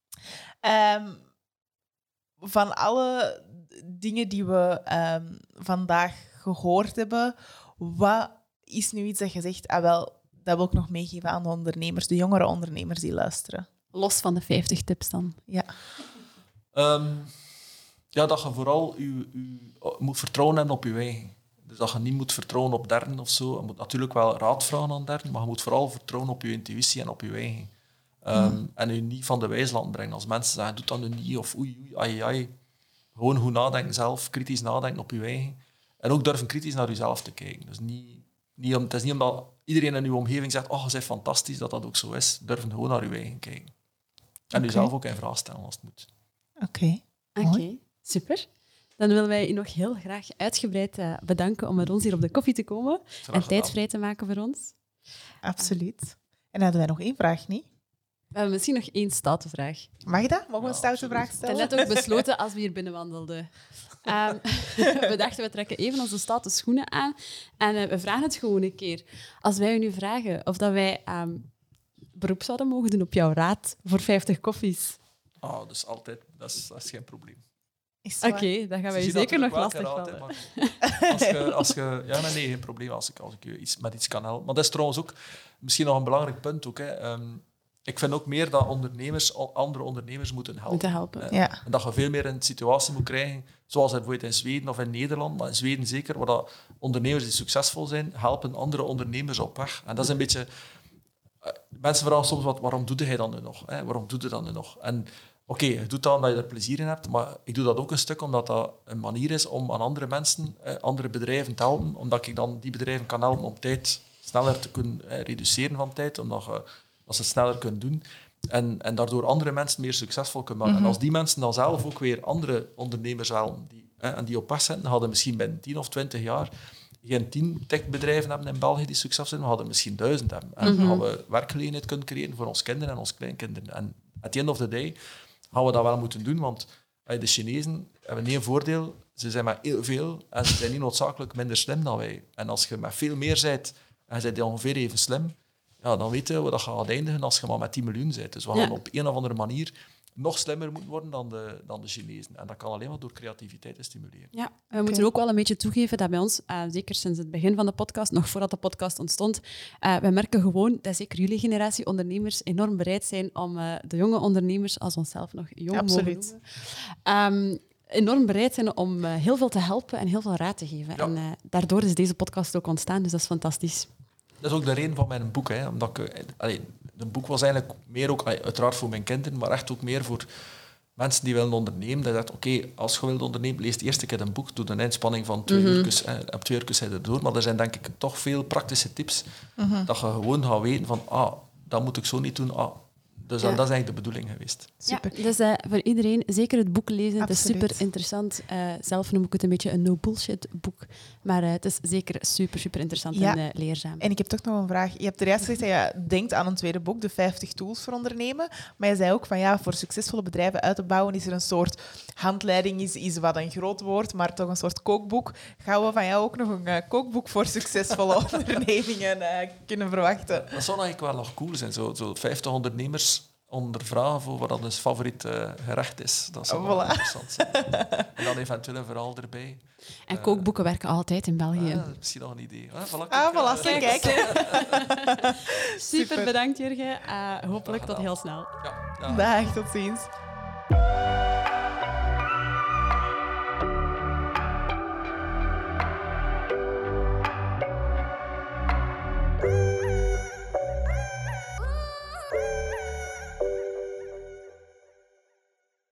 B: Van alle dingen die we vandaag gehoord hebben, wat is nu iets dat je zegt, dat wil ik nog meegeven aan de ondernemers, de jongere ondernemers die luisteren?
A: Los van de 50 tips dan.
B: Ja.
C: Ja, dat je vooral moet vertrouwen hebben op je eigen. Dus dat je niet moet vertrouwen op derden of zo. Je moet natuurlijk wel raad vragen aan derden, maar je moet vooral vertrouwen op je intuïtie en op je eigen. En je niet van de wijs laten brengen. Als mensen zeggen, doe dat nu niet, of oei, ai. Gewoon goed nadenken zelf, kritisch nadenken op je eigen. En ook durven kritisch naar jezelf te kijken. Dus het is niet omdat iedereen in je omgeving zegt, oh, je bent fantastisch, dat dat ook zo is. Durven gewoon naar je eigen kijken. En jezelf ook in vraag stellen als het moet.
B: Oké.
A: Super. Dan willen wij u nog heel graag uitgebreid bedanken om met ons hier op de koffie te komen en tijd vrij te maken voor ons.
B: Absoluut. En dan hadden wij nog 1 vraag, niet?
A: We hebben misschien nog 1 stoute vraag.
B: Mag dat? Mogen we een stoute
C: absoluut.
B: vraag
A: We hebben
B: stellen?
A: net ook besloten als we hier binnenwandelden. We dachten, we trekken even onze stoute schoenen aan en we vragen het gewoon een keer. Als wij u nu vragen of dat wij beroep zouden mogen doen op jouw raad voor 50 koffies.
C: Dus altijd, dat is geen probleem.
A: Oké, dan gaan wij je zeker nog lastig vallen.
C: Nee, geen probleem als ik je met iets kan helpen. Maar dat is trouwens ook misschien nog een belangrijk punt. Ook, hè. Ik vind ook meer dat andere ondernemers moeten helpen.
B: Ja.
C: En dat je veel meer een situatie moet krijgen, zoals bijvoorbeeld in Zweden of in Nederland, maar in Zweden zeker, waar dat ondernemers die succesvol zijn, helpen andere ondernemers op weg. En dat is een beetje... mensen vragen soms, waarom doe je dat nu nog? Hè? Waarom doe je dat nu nog? En oké, je doet dat omdat je er plezier in hebt, maar ik doe dat ook een stuk omdat dat een manier is om aan andere mensen, andere bedrijven te helpen, omdat ik dan die bedrijven kan helpen om tijd sneller te kunnen reduceren van tijd, omdat ze het sneller kunnen doen. En daardoor andere mensen meer succesvol kunnen maken. En als die mensen dan zelf ook weer andere ondernemers helpen die op weg zijn, dan hadden misschien binnen 10 of 20 jaar geen 10 techbedrijven hebben in België die succesvol zijn, we hadden misschien 1000 hebben. En dan gaan we werkgelegenheid kunnen creëren voor ons kinderen en onze kleinkinderen. En at the end of the day gaan we dat wel moeten doen, want de Chinezen hebben één voordeel. Ze zijn met heel veel en ze zijn niet noodzakelijk minder slim dan wij. En als je met veel meer bent en je bent ongeveer even slim, ja, dan weten we dat gaat eindigen als je maar met 10 miljoen bent. Dus we gaan op een of andere manier nog slimmer moeten worden dan de Chinezen. En dat kan alleen maar door creativiteit te stimuleren.
A: Ja, we moeten ook wel een beetje toegeven dat bij ons, zeker sinds het begin van de podcast, nog voordat de podcast ontstond, wij merken gewoon dat zeker jullie generatie ondernemers enorm bereid zijn om de jonge ondernemers, als onszelf nog jong mogen noemen, enorm bereid zijn om heel veel te helpen en heel veel raad te geven. Ja. En daardoor is deze podcast ook ontstaan, dus dat is fantastisch.
C: Dat is ook de reden van mijn boek. Hè, omdat het boek was eigenlijk meer ook, uiteraard voor mijn kinderen, maar echt ook meer voor mensen die willen ondernemen. Dat je zegt, oké, als je wilt ondernemen, lees eerst een keer een boek, doe een inspanning van 2 uur, op 2 uur zijn je erdoor. Maar er zijn denk ik toch veel praktische tips dat je gewoon gaat weten van, dat moet ik zo niet doen. Dus dat is eigenlijk de bedoeling geweest.
A: Super. Ja, dus voor iedereen zeker het boek lezen. Absoluut. Het is super interessant. Zelf noem ik het een beetje een no-bullshit boek. Maar het is zeker super, super interessant en leerzaam.
B: En ik heb toch nog een vraag. Je hebt er juist gezegd dat je denkt aan een tweede boek, de 50 tools voor ondernemen. Maar je zei ook van voor succesvolle bedrijven uit te bouwen is er een soort handleiding, is wat een groot woord, maar toch een soort kookboek. Gaan we van jou ook nog een kookboek voor succesvolle ondernemingen kunnen verwachten?
C: Dat zou eigenlijk wel nog cool zijn. Zo 50 ondernemers ondervragen voor wat dat hun favoriet gerecht is. Dat zou wel interessant zijn. En dan eventueel een verhaal erbij.
A: En kookboeken werken altijd in België.
C: Dat is misschien nog een idee.
B: Voilà, kijk.
A: Super bedankt, Jurgen. Hopelijk tot heel snel.
C: Ja.
B: Dag, tot ziens.